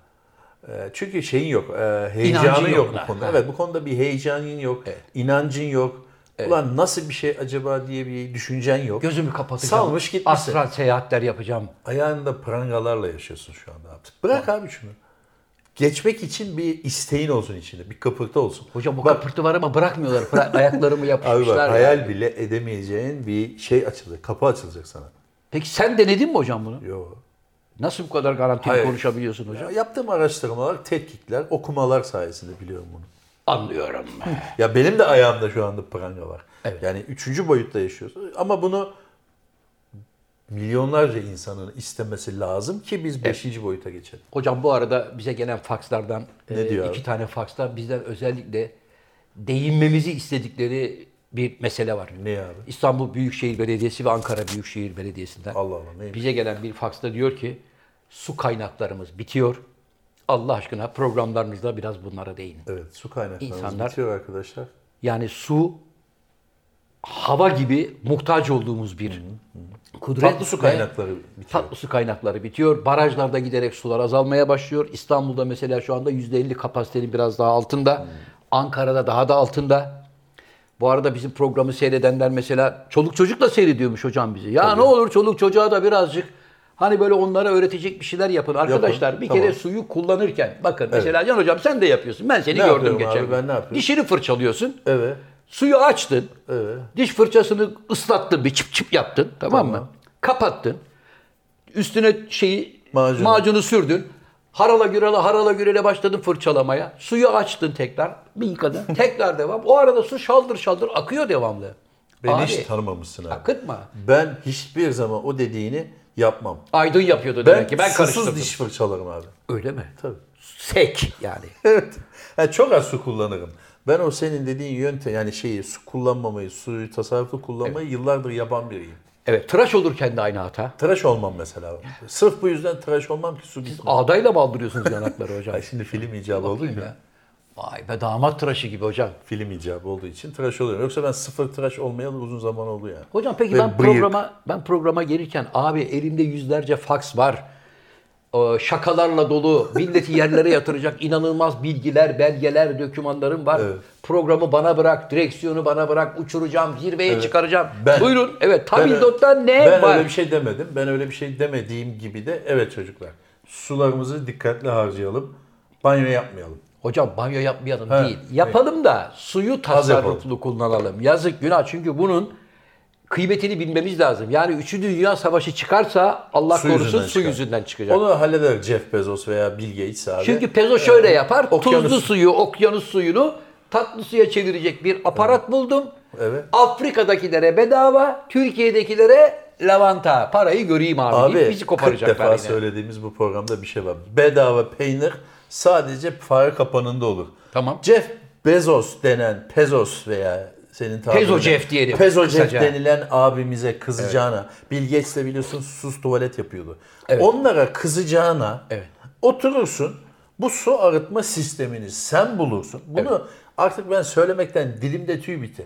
Çünkü şeyin yok, heyecanın İnancın yok yok bu da. konuda. Ha. Evet bu konuda bir heyecanın yok, inancın yok. Ulan nasıl bir şey acaba diye bir düşüncen yok. Gözümü kapatacağım. Salmış gitmişsin. Astral seyahatler yapacağım. Ayağında prangalarla yaşıyorsun şu anda abi. Bırak abi şunu. Geçmek için bir isteğin olsun içinde, bir kıpırtı olsun. Hocam o kıpırtı var ama bırakmıyorlar. Ayaklarımı Abi yapışmışlar. bak ya. hayal bile edemeyeceğin bir şey açılacak, kapı açılacak sana. Peki sen denedin mi hocam bunu? Yok. Nasıl bu kadar garantili Hayır. konuşabiliyorsun hocam? Ya yaptığım araştırmalar, tetkikler, okumalar sayesinde biliyorum bunu. Anlıyorum. Ya benim de ayağımda şu anda pranga var. Evet. Yani 3. boyutta yaşıyoruz. Ama bunu milyonlarca insanın istemesi lazım ki biz 5. boyuta geçelim. Hocam bu arada bize gelen fakslardan Ne diyor 2 abi? tane fakstan bizden özellikle değinmemizi istedikleri bir mesele var. Ne abi? İstanbul Büyükşehir Belediyesi ve Ankara Büyükşehir Belediyesi'nden. Allah Allah neymiş? Bize gelen bir faksta diyor ki su kaynaklarımız bitiyor. Allah aşkına programlarınızda biraz bunlara değinin. Evet su kaynaklarımız İnsanlar- bitiyor arkadaşlar. Yani su hava gibi muhtaç olduğumuz bir kudret. Tatlı su ve kaynakları bitiyor. Tatlı su kaynakları bitiyor. Barajlarda giderek sular azalmaya başlıyor. İstanbul'da mesela şu anda %50 kapasitenin biraz daha altında. Ankara'da daha da altında. Bu arada bizim programı seyredenler mesela çoluk çocuk da seyrediyormuş hocam bizi. Ya ne olur çoluk çocuğa da birazcık hani böyle onlara öğretecek bir şeyler yapın. Arkadaşlar bir tamam. kere suyu kullanırken bakın mesela Can hocam sen de yapıyorsun. Ben seni Ne gördüm yapıyorum geçen abi, gün. ben ne yapıyorum? Dişini fırçalıyorsun. Evet. Suyu açtın. Evet. Diş fırçasını ıslattın, bir çıp çıp yaptın, tamam mı? Kapattın. Üstüne macunu sürdün. Harala gürele başladın fırçalamaya. Suyu açtın tekrar, bir yıkadın. Tekrar devam. O arada su şaldır şaldır akıyor devamlı. Beni Abi, hiç tanımamışsın abi. akıtma. Ben hiçbir zaman o dediğini yapmam. Aydın yapıyordu Ben demek ki. Ben susuz karıştırdım. diş fırçalarım abi. Öyle mi? Tabii. Sek yani. Evet. Yani çok az su kullanırım. Ben o senin dediğin yöntem yani su kullanmamayı, suyu tasarruflu kullanmayı yıllardır yapan biriyim. Evet, tıraş olurken de aynı hata. Tıraş olmam mesela. Sırf bu yüzden tıraş olmam ki su gitmez. Ağdayla mı aldırıyorsunuz yanakları hocam? Ay şimdi film icabı olduğu Bakayım için. ya. Vay be, damat tıraşı gibi hocam. Film icabı olduğu için tıraş oluyorum. Yoksa ben sıfır tıraş olmayalı uzun zaman oldu yani. Hocam peki Ve ben programa gelirken abi elimde yüzlerce faks var. Şakalarla dolu, milleti yerlere yatıracak inanılmaz bilgiler, belgeler, dokümanlarım var. Evet. Programı bana bırak, direksiyonu bana bırak, uçuracağım, zirveye çıkaracağım. Ben- Buyurun. Evet, Ben- tabildot'ta ne Ben var? öyle bir şey demedim. Ben öyle bir şey demediğim gibi de evet çocuklar. Sularımızı dikkatli harcayalım. Banyo yapmayalım. Hocam banyo yapmayalım He, değil. Yapalım da suyu yapalım. tasarruflu kullanalım. Yazık günah, çünkü bunun kıymetini bilmemiz lazım. Yani 3. Dünya Savaşı çıkarsa Allah Su korusun yüzünden su çıkar. yüzünden çıkacak. Onu halleder Jeff Bezos veya Bill Gates abi. Çünkü Pezo şöyle yapar. okyanus- Tuzlu suyu, okyanus suyunu tatlı suya çevirecek bir aparat buldum. Evet. Afrika'dakilere bedava, Türkiye'dekilere lavanta. Parayı göreyim abi, deyip Abi bizi 40 koparacaklar defa yine. söylediğimiz bu programda bir şey var. Bedava peynir sadece fare kapanında olur. Tamam. Jeff Bezos denen Pezos veya senin tabirinle Pezo Jeff diyelim, Pezo Jeff kısaca. denilen abimize kızacağına, Bill Gates de biliyorsun susuz tuvalet yapıyordu. Evet. Onlara kızacağına Evet. oturursun, bu su arıtma sistemini sen bulursun. Bunu artık ben söylemekten dilimde tüy bitti.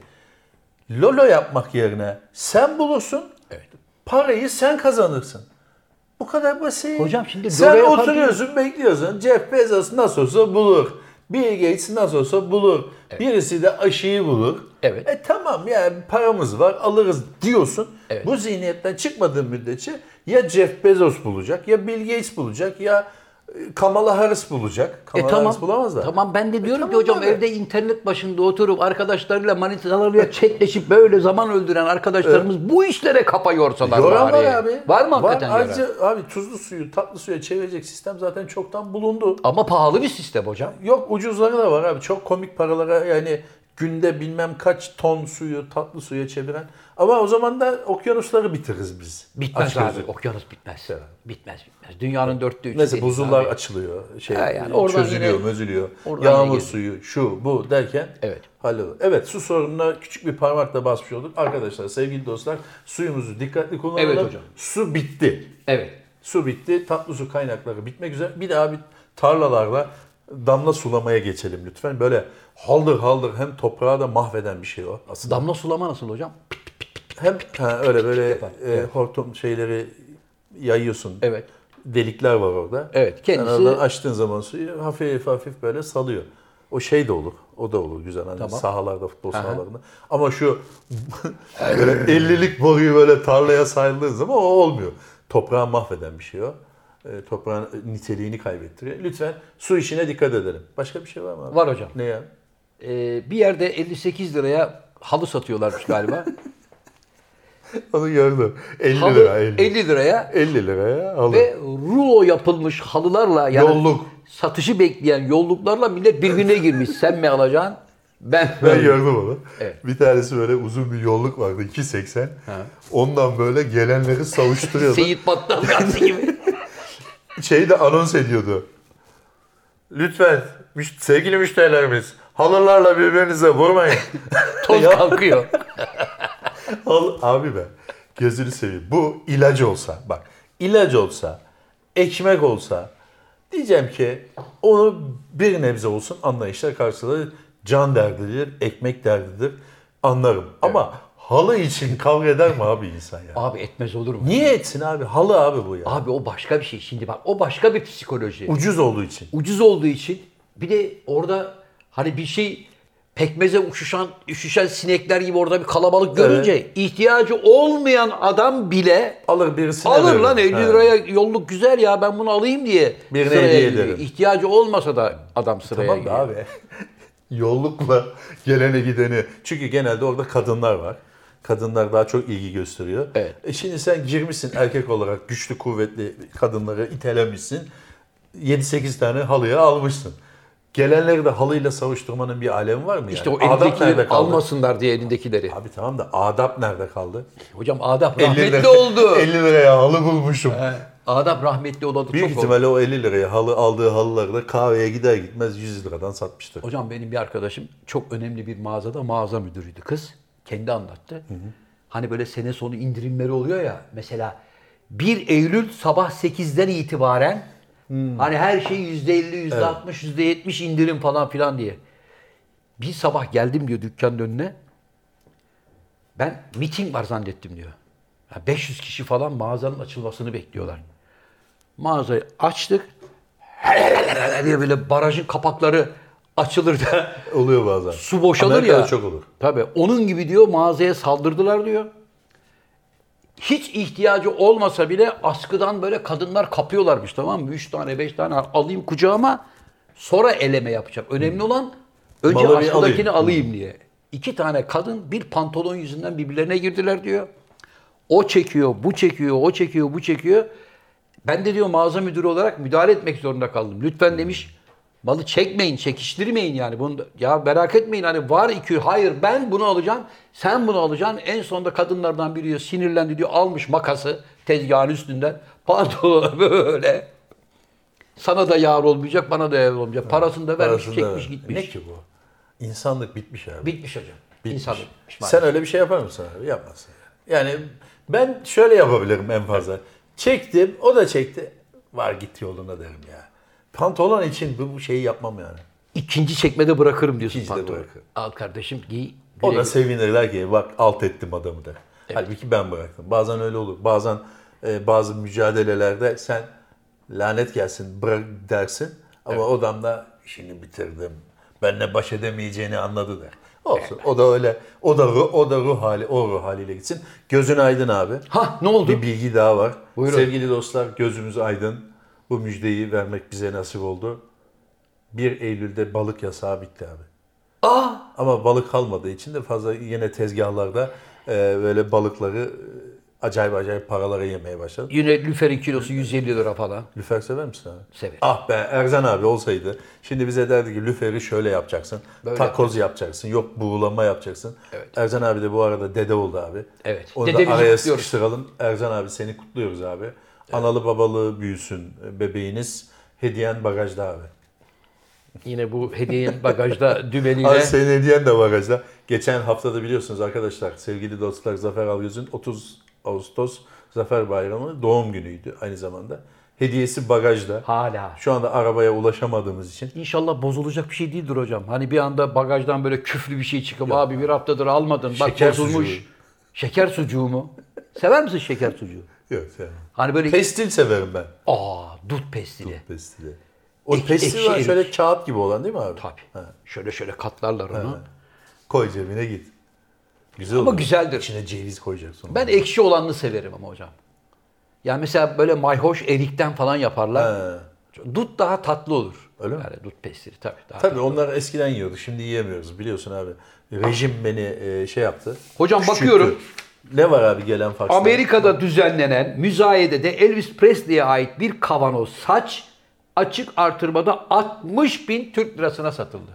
Lolo yapmak yerine sen bulursun, Evet. parayı sen kazanırsın. Bu kadar basit. Hocam şimdi sen Lolo yapar oturuyorsun, bekliyorsun. Jeff Bezos nasıl olsa bulur. Bill Gates nasıl olsa bulur. Birisi de aşıyı bulur. Evet. Tamam yani paramız var, alırız diyorsun. Evet. Bu zihniyetten çıkmadığın müddetçe ya Jeff Bezos bulacak, ya Bill Gates bulacak, ya Kamala Harris bulacak. Kamala Tamam. Harris bulamaz da. Tamam, ben de diyorum ki tamam hocam, abi. evde internet başında oturup arkadaşlarıyla, manitalarıyla chatleşip böyle zaman öldüren arkadaşlarımız bu işlere kafa yorsalar Yoran bari. var abi. Var mı hakikaten yoran? Ayrıca abi tuzlu suyu tatlı suya çevirecek sistem zaten çoktan bulundu. Ama pahalı bir sistem hocam. Yok ucuzları da var abi. Çok komik paralara yani günde bilmem kaç ton suyu tatlı suya çeviren. Ama o zaman da okyanusları bitiririz biz. Bitmez Açık abi. özür. Okyanus bitmez. Bitmez. Dünyanın 4'te 3'ü. Mesela deniz buzullar abi. açılıyor. yani oradan çözülüyor, yine- mözülüyor. oradan Yağmur yine suyu, şu, bu derken Evet. hallolur. Evet, su sorununa küçük bir parmakla basmış olduk. Arkadaşlar, sevgili dostlar, suyumuzu dikkatli kullanalım. Evet hocam. Su bitti. Evet. Su bitti. Tatlı su kaynakları bitmek üzere. Bir daha bir tarlalarla damla sulamaya geçelim lütfen. Böyle haldır haldır hem toprağı da mahveden bir şey o aslında. Damla sulama nasıl hocam? Hem öyle böyle Yapar, evet. hortum şeyleri yayıyorsun. Evet. Delikler var orada. Evet, kendisi- Sen oradan açtığın zaman suyu hafif hafif böyle salıyor. O şey de olur. O da olur güzel. Hani Tamam. sahalarda, futbol sahalarında. Ama şu böyle 50'lik boruyu böyle tarlaya sayıldığın zaman o olmuyor. Toprağı mahveden bir şey o. Toprağın niteliğini kaybettiriyor. Lütfen su işine dikkat edelim. Başka bir şey var mı abi? Var hocam. Ne ya? Bir yerde 58 liraya halı satıyorlarmış galiba. Onu gördüm. 50 Halı lira. 50. 50 liraya 50 liraya halı. ve rulo yapılmış halılarla, yani Yolluk. satışı bekleyen yolluklarla millet birbirine girmiş. Sen mi alacaksın? Ben Ben gördüm onu. Evet. Bir tanesi böyle uzun bir yolluk vardı 2.80. Ondan böyle gelenleri savuşturuyordu. Seyit Battal Gazi gibi. Şeyi de anons ediyordu. Lütfen sevgili müşterilerimiz halılarla birbirinize vurmayın. Toz Ya. kalkıyor. Abi be gözünü seveyim. Bu ilaç olsa bak ilaç olsa ekmek olsa diyeceğim ki onu bir nebze olsun anlayışla karşıladı. Can derdidir, ekmek derdidir anlarım. Ama halı için kavga eder mi abi insan ya? Abi etmez olur mu? Niye etsin abi? Halı abi bu ya. Abi o başka bir şey. Şimdi bak, o başka bir psikoloji. Ucuz olduğu için. Ucuz olduğu için, bir de orada hani bir şey pekmeze üşüşen sinekler gibi orada bir kalabalık görünce ihtiyacı olmayan adam bile Alır birisine alır verir. lan 50 He. liraya yolluk güzel ya, ben bunu alayım diye Birine sıraya hediye giriyor. ederim. İhtiyacı olmasa da adam sıraya Tamam da giriyor. abi. Yollukla gelene gideni. Çünkü genelde orada kadınlar var. Kadınlar daha çok ilgi gösteriyor. Evet. Şimdi sen girmişsin erkek olarak güçlü kuvvetli kadınları itelemişsin. 7-8 tane halıya almışsın. Gelenleri de halıyla savuşturmanın bir alemi var mı yani? İşte o Adap nerede elindekileri kaldı? almasınlar diye elindekileri. Abi tamam da adap nerede kaldı? Hocam adap 50 rahmetli lira- oldu. 50 liraya halı bulmuşum. Adap rahmetli olalı Büyük çok oldu. ihtimalle o 50 liraya aldığı halıları da kahveye gider gitmez 100 liradan satmıştır. Hocam benim bir arkadaşım çok önemli bir mağazada mağaza müdürüydü kız. Kendi anlattı. Hani böyle sene sonu indirimleri oluyor ya. Mesela 1 Eylül sabah 8'den itibaren hani her şey %50, %60, %70 indirim falan filan diye. Bir sabah geldim diyor dükkanın önüne. Ben miting var zannettim diyor. 500 kişi falan mağazanın açılmasını bekliyorlar. Mağazayı açtık. diye böyle barajın kapakları açılır da Oluyor bazen. su boşalır Amerika'da ya. çok olur. Tabii onun gibi diyor mağazaya saldırdılar diyor. Hiç ihtiyacı olmasa bile askıdan böyle kadınlar kapıyorlarmış, tamam mı? 3 tane 5 tane alayım kucağıma, sonra eleme yapacağım. Önemli olan önce Malı bir askıdakini alayım. alayım diye. 2 tane kadın bir pantolon yüzünden birbirlerine girdiler diyor. O çekiyor, bu çekiyor, o çekiyor, bu çekiyor. Ben de diyor mağaza müdürü olarak müdahale etmek zorunda kaldım. Lütfen demiş, malı çekmeyin, çekiştirmeyin yani. Bunu ya merak etmeyin, hani var iki, hayır ben bunu alacağım, sen bunu alacaksın. En sonunda kadınlardan biri diyor, sinirlendi diyor, almış makası tezgahın üstünden pantolonu böyle. Sana da yar olmayacak, bana da yar olmayacak. Parasını da vermiş, Parasını da çekmiş, ver. gitmiş. Ne ki bu? İnsanlık bitmiş abi. Bitmiş hocam. Bitmiş. İnsanlık bitmiş Sen maalesef. öyle bir şey yapar mısın abi? Yapmazsın. Yani ben şöyle yapabilirim en fazla. Çektim, o da çekti. Var git yoluna derim ya. Pantolon için bu şeyi yapmam yani. İkinci çekmede bırakırım diyorsun İkinci de pantolonu. bırakırım. Al kardeşim giy. O güle da güle. sevinirler ki bak alt ettim adamı da. Halbuki ben bıraktım. Bazen öyle olur. Bazen bazı mücadelelerde sen lanet gelsin bırak dersin. Ama adam da işini bitirdim. Benimle baş edemeyeceğini anladı der. Olsun. O da öyle. O da ruh haliyle gitsin. Gözün aydın abi. Ha ne oldu? Bir bilgi daha var. Buyurun. Sevgili dostlar, gözümüz aydın. Bu müjdeyi vermek bize nasip oldu. 1 Eylül'de balık yasağı bitti abi. Aa! Ama balık kalmadığı için de fazla yine tezgahlarda böyle balıkları acayip paralara yemeye başladı. Yine lüferin kilosu 150 lira falan. Lüfer sever misin abi? Severim. Ah be Erzan abi olsaydı. Şimdi bize derdi ki lüferi şöyle yapacaksın. Böyle takoz yapacaksın. Yok buğulama yapacaksın. Evet. Erzan abi de bu arada dede oldu abi. Evet. Onu Dedemizi da araya kutluyoruz. sıkıştıralım. Erzan abi seni kutluyoruz abi. Analı babalı büyüsün bebeğiniz. Hediyen bagajda abi. Yine bu hediyenin bagajda dümeniyle. Abi senin hediyen de bagajda. Geçen haftada biliyorsunuz arkadaşlar, sevgili dostlar, Zafer Algöz'ün 30 Ağustos Zafer Bayramı doğum günüydü aynı zamanda. Hediyesi bagajda. Hala. Şu anda arabaya ulaşamadığımız için. İnşallah bozulacak bir şey değildir hocam. Hani bir anda bagajdan böyle küflü bir şey çıkıp abi bir haftadır almadın bak Şeker bozulmuş. sucuğu. Şeker sucuğu mu? Sever misin şeker sucuğu? Yok yani. Hani böyle Pestil severim ben. dut pestili. Pestili. O Ek- pestil ekşi var erik. şöyle kağıt gibi olan değil mi abi? Tabii. Ha. Şöyle katlarlar onu. Koy cebine git. Güzel Ama olur. güzeldir. İçine ceviz koyacaksın. Ben ekşi olanını severim ama hocam. Yani mesela böyle mayhoş erikten falan yaparlar. Dut daha tatlı olur. Öyle mi? Yani dut pestili tabii. Daha Tabii tatlı. onlar eskiden yiyorduk. Şimdi yiyemiyoruz biliyorsun abi. Rejim beni şey yaptı. Hocam küçülttü. bakıyorum. Ne var abi gelen fakslar? Amerika'da düzenlenen müzayedede Elvis Presley'e ait bir kavanoz saç açık artırmada 60 bin Türk lirasına satıldı.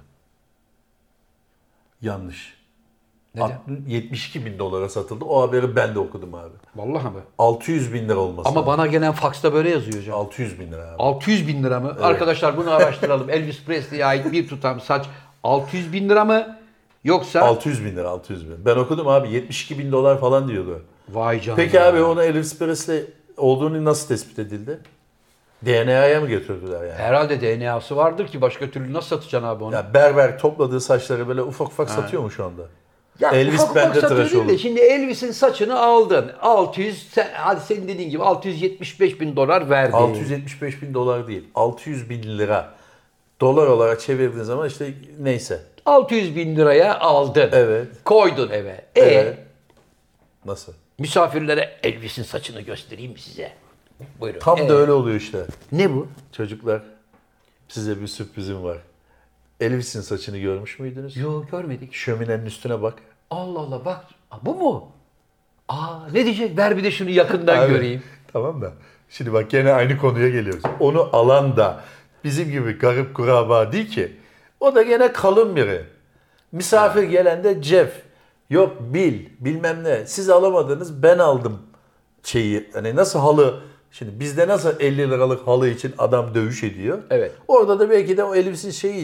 Yanlış. Neden? 72 bin dolara satıldı. O haberi ben de okudum abi. Vallahi mi? 600 bin lira olması Ama lazım. bana gelen faksta böyle yazıyor hocam. 600 bin lira abi. 600 bin lira mı? Arkadaşlar bunu araştıralım. Elvis Presley'e ait bir tutam saç 600 bin lira mı? Yoksa 600 bin lira, 600 bin. Ben okudum abi 72 bin dolar falan diyordu. vay canına. Peki abi ona Elvis Presley olduğunu nasıl tespit edildi? DNA'ya mı götürdüler yani? Herhalde DNA'sı vardır ki başka türlü nasıl satacaksın abi onu? Ya berber topladığı saçları böyle ufak ufak satıyor mu şu anda? Ya Elvis ufak ufak bende satıyor tıraş değil de oldu. şimdi Elvis'in saçını aldın. 600, hadi senin dediğin gibi 675 bin dolar verdi. 675 bin dolar değil, 600 bin lira. Dolar olarak çevirdiğin zaman işte neyse. 600 bin liraya aldın. Evet. Koydun eve. Evet. Nasıl? Misafirlere Elvis'in saçını göstereyim mi size? Buyurun. Tam da öyle oluyor işte. Ne bu? Çocuklar size bir sürprizim var. Elvis'in saçını görmüş müydünüz? Yok görmedik. Şöminenin üstüne bak. Allah Allah bak. Bu mu? Aa ne diyecek? Ver bir de şunu yakından Abi, göreyim. Tamam da. Şimdi bak gene aynı konuya geliyoruz. Onu alan da bizim gibi garip kuraba değil ki. O da gene kalın biri. Misafir gelen de Jeff. Yok Bill bilmem ne. Siz alamadınız ben aldım şeyi. Hani nasıl halı. Şimdi bizde nasıl 50 liralık halı için adam dövüş ediyor. Evet. Orada da belki de o Elvis'in şeyi için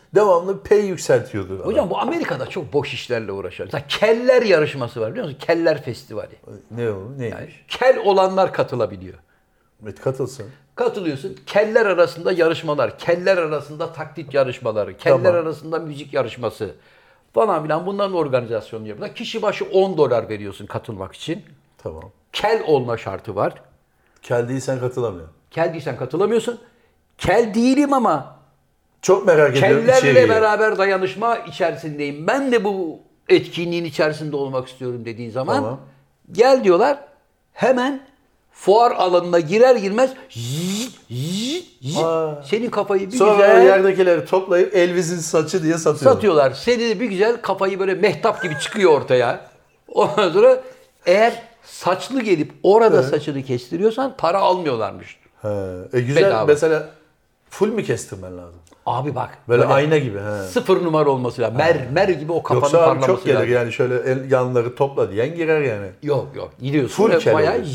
devamlı pay yükseltiyordu. Hocam bu Amerika'da çok boş işlerle uğraşıyor. Mesela keller yarışması var biliyor musun? Keller festivali. Ne o? Neymiş? Yani kel olanlar katılabiliyor. Evet, katılsın. Katılıyorsun. Keller arasında yarışmalar, keller arasında taklit yarışmaları, keller Tamam. arasında müzik yarışması falan filan bunların organizasyonunu yapıyorlar. Kişi başı $10 veriyorsun katılmak için. Tamam. Kel olma şartı var. Kel değilsen katılamıyor. Kel değilsen katılamıyorsun. Kel değilim ama Çok merak ediyorum kellerle içeriği. beraber dayanışma içerisindeyim. Ben de bu etkinliğin içerisinde olmak istiyorum dediğin zaman Tamam. gel diyorlar. Hemen fuar alanına girer girmez zıt, zıt, zıt, Aa. senin kafayı bir Sonra güzel yerdekileri toplayıp Elvis'in saçı diye satıyorlar. satıyorlar. Seni de bir güzel kafayı böyle mehtap gibi çıkıyor ortaya. Ondan sonra eğer saçlı gelip orada saçını kestiriyorsan para almıyorlarmış. Güzel Bedava. mesela full mü kestirmen lazım? Abi bak. Böyle ayna gibi. He. 0 numara olması lazım. Mermer gibi o kafanın Yoksa abi parlaması çok gelir lazım. yani şöyle yanları topla diyen girer yani. Yok. Gidiyorsun Full ve kel bayağı oluyor.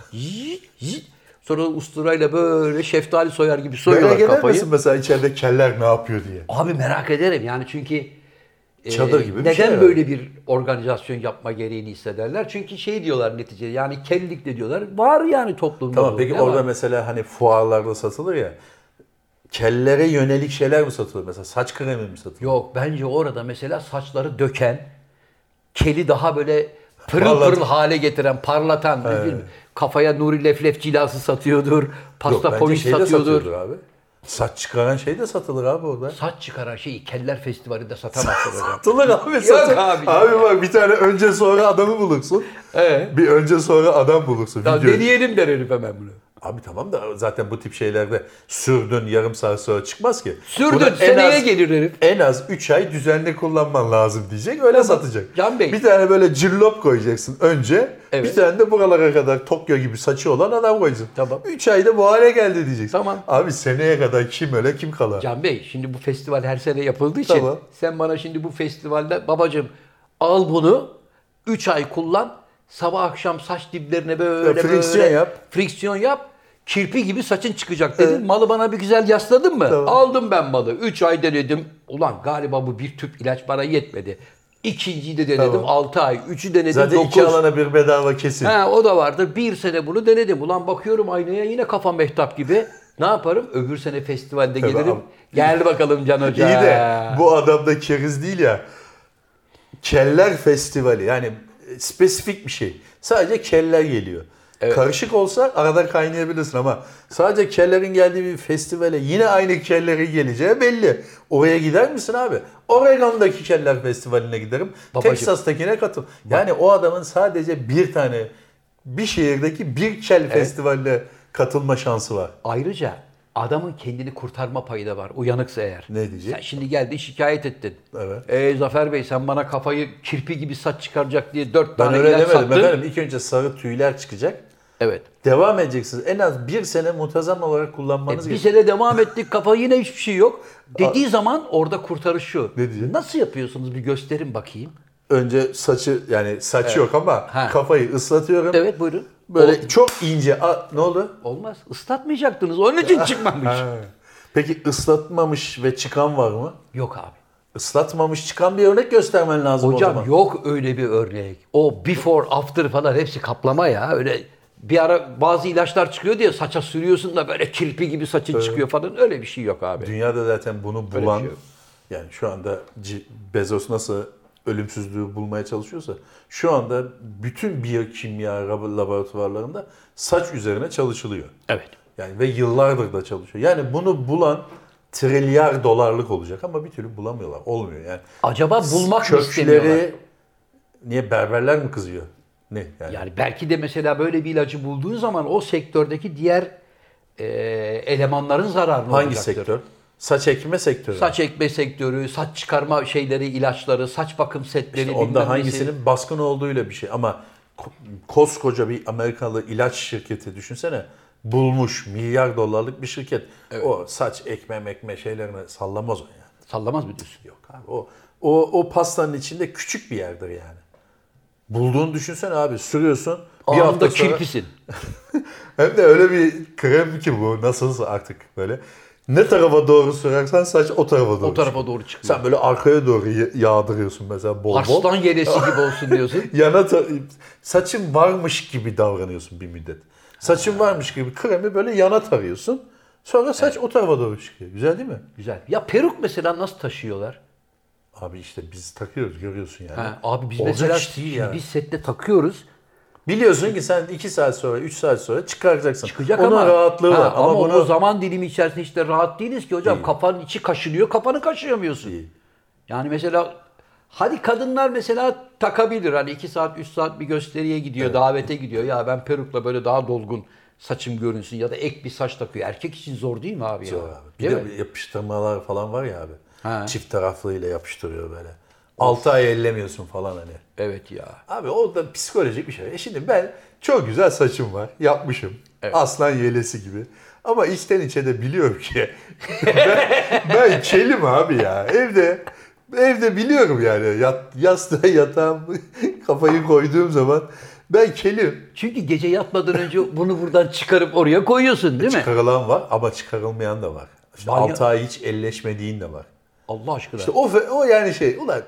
zit. Sonra usturayla böyle şeftali soyar gibi Böyle soyuyorlar gelir kafayı. misin mesela içeride keller ne yapıyor diye? Abi merak ederim yani çünkü Çadır gibi bir neden şey herhalde. böyle bir organizasyon yapma gereğini hissederler? Çünkü şey diyorlar neticede yani kellik de diyorlar. Var yani toplumda. Tamam bu. peki Ne orada var? mesela hani fuarlarda satılır ya. Kellere yönelik şeyler mi satılır? Mesela saç kremi mi satılır? Yok bence orada mesela saçları döken, keli daha böyle pırıl Parlat- pırıl hale getiren, parlatan, ne bileyim, kafaya Nuri Leflef cilası satıyordur, pasta bence polish şey de satıyordur. satıyordur abi. Saç çıkaran şey de satılır abi orada. Saç çıkaran şeyi Keller Festivali'nde satamazsın hocam. Satılır abi. Yok satılır. abi. Abi bak bir tane önce sonra adamı bulursun. Bir önce sonra adam bulursun. Ya Video. deneyelim der herif hemen bunu. Abi tamam da zaten bu tip şeylerde sürdün yarım saat sonra çıkmaz ki. Sürdün Bunu seneye gelir herif. En az 3 ay düzenli kullanman lazım diyecek. Öyle satacak. Can Bey. Bir tane böyle cillop koyacaksın önce. Evet. Bir tane de buralara kadar Tokyo gibi saçı olan adam koyacaksın. Tamam. 3 ayda bu hale geldi diyeceksin. Tamam. Abi seneye kadar kim öyle kim kalır? Can Bey şimdi bu festival her sene yapıldığı için Tamam. sen bana şimdi bu festivalde babacığım al bunu 3 ay kullan sabah akşam saç diplerine böyle friksiyon böyle yap. friksiyon yap. Kirpi gibi saçın çıkacak dedin. Malı bana bir güzel yasladın mı? Tamam. Aldım ben malı. 3 ay denedim. Ulan galiba bu bir tüp ilaç bana yetmedi. İkinciyi de denedim Tamam. 6 ay. Üçü denedim Zaten 9. 2 alana bir bedava kesin. Ha, o da vardı. Bir sene bunu denedim. Ulan bakıyorum aynaya yine kafam mehtap gibi. Ne yaparım? Öbür sene festivalde Tabii gelirim. abi. Gel bakalım Can Hoca. İyi de bu adam da keriz değil ya. Keller Festivali yani spesifik bir şey. Sadece keller geliyor. Karışık olsa arada kaynayabilirsin ama sadece kellerin geldiği bir festivale yine aynı kellerin geleceği belli. Oraya gider misin abi? Oregon'daki Keller Festivali'ne giderim. Babacım. Texas'takine katıl. Yani o adamın sadece bir şehirdeki bir kel festivaline katılma şansı var. Ayrıca adamın kendini kurtarma payı da var. Uyanıksa eğer. Ne diyecek? Sen şimdi geldin şikayet ettin. Evet. Zafer Bey sen bana kafayı kirpi gibi saç çıkaracak diye 4 Ben tane öyle ilaç demedim sattın. efendim. İlk önce sarı tüyler çıkacak. Evet. Devam edeceksiniz. En az bir sene muntazam olarak kullanmanız Bir gerekiyor. sene devam ettik kafa yine hiçbir şey yok. Dediği zaman orada kurtarış şu. Ne diyecek? Nasıl yapıyorsunuz bir gösterin bakayım. Önce saçı yani saç yok ama Ha. kafayı ıslatıyorum. Evet buyurun. Böyle çok ince. Ne oldu? Olmaz. Islatmayacaktınız. Onun için çıkmamış. Peki ıslatmamış ve çıkan var mı? Yok abi. Islatmamış çıkan bir örnek göstermen lazım o Hocam zaman. yok öyle bir örnek. O before after falan hepsi kaplama ya. Öyle bir ara bazı ilaçlar çıkıyor diye saça sürüyorsun da böyle kirpi gibi saçın çıkıyor falan. Öyle bir şey yok abi. Dünyada zaten bunu bir bulan şey yok. yani şu anda Bezos nasıl ölümsüzlüğü bulmaya çalışıyorsa şu anda bütün biyokimya laboratuvarlarında saç üzerine çalışılıyor. Evet. Yani ve yıllardır da çalışıyor. Yani bunu bulan trilyar dolarlık olacak ama bir türlü bulamıyorlar. Olmuyor yani. Acaba bulmak mı istemiyorlar? Kökleri niye berberler mi kızıyor? Ne yani? Yani belki de mesela böyle bir ilacı bulduğun zaman o sektördeki diğer elemanların zararını Hangi olacaktır. sektör? Saç ekme sektörü. Saç ekme sektörü, saç çıkarma şeyleri, ilaçları, saç bakım setleri İşte bilmem onda nesi. hangisinin baskın olduğuyla bir şey ama koskoca bir Amerikalı ilaç şirketi düşünsene bulmuş milyar dolarlık bir şirket. Evet. O saç ekme şeylerine sallamaz o yani. Sallamaz mı diyorsun? Yok abi o pastanın içinde küçük bir yerdir yani. Bulduğunu düşünsene abi sürüyorsun bir hafta Anında sonra kirpisin. hem de öyle bir krem ki bu nasılsa artık böyle Ne tarafa doğru sürersen saç o tarafa doğru O tarafa çıkıyor. doğru çıkıyor. Sen böyle arkaya doğru yağdırıyorsun mesela bol bol. Arslan yelesi gibi olsun diyorsun. Saçın varmış gibi davranıyorsun bir müddet. Saçın varmış gibi kremi böyle yana tarıyorsun. Sonra saç o tarafa doğru çıkıyor. Güzel değil mi? Güzel. Ya peruk mesela nasıl taşıyorlar? Abi işte biz takıyoruz görüyorsun yani. Ha, abi biz Olacak mesela iş değil ya. biz sette takıyoruz. Biliyorsun ki sen 2 saat sonra 3 saat sonra çıkaracaksın. Çıkacak Onun ama rahatlığı var. ama bunu... o zaman dilimi içerisinde işte rahat değiliz ki hocam. Değil. Kafanın içi kaşınıyor, kafanı kaşıyamıyorsun. Değil. Yani mesela hadi kadınlar mesela takabilir. Hani 2 saat, 3 saat bir gösteriye gidiyor, davete gidiyor. Ya ben perukla böyle daha dolgun saçım görünsün ya da ek bir saç takıyor. Erkek için zor değil mi abi ya? Zor abi. Bir Değil de mi? yapıştırmalar falan var ya abi. Ha. Çift taraflıyla yapıştırıyor böyle. 6 ay ellemiyorsun falan hani. Evet ya. Abi o da psikolojik bir şey. Şimdi ben çok güzel saçım var. Yapmışım. Evet. Aslan yelesi gibi. Ama içten içe de biliyorum ki ben kelim abi ya. Evde biliyorum yani. Yastığa yatağım kafayı koyduğum zaman ben kelim. Çünkü gece yatmadan önce bunu buradan çıkarıp oraya koyuyorsun değil mi? Çıkarılan var ama çıkarılmayan da var. İşte Banyo- 6 ay hiç elleşmediğin de var. Allah aşkına. İşte o yani ulan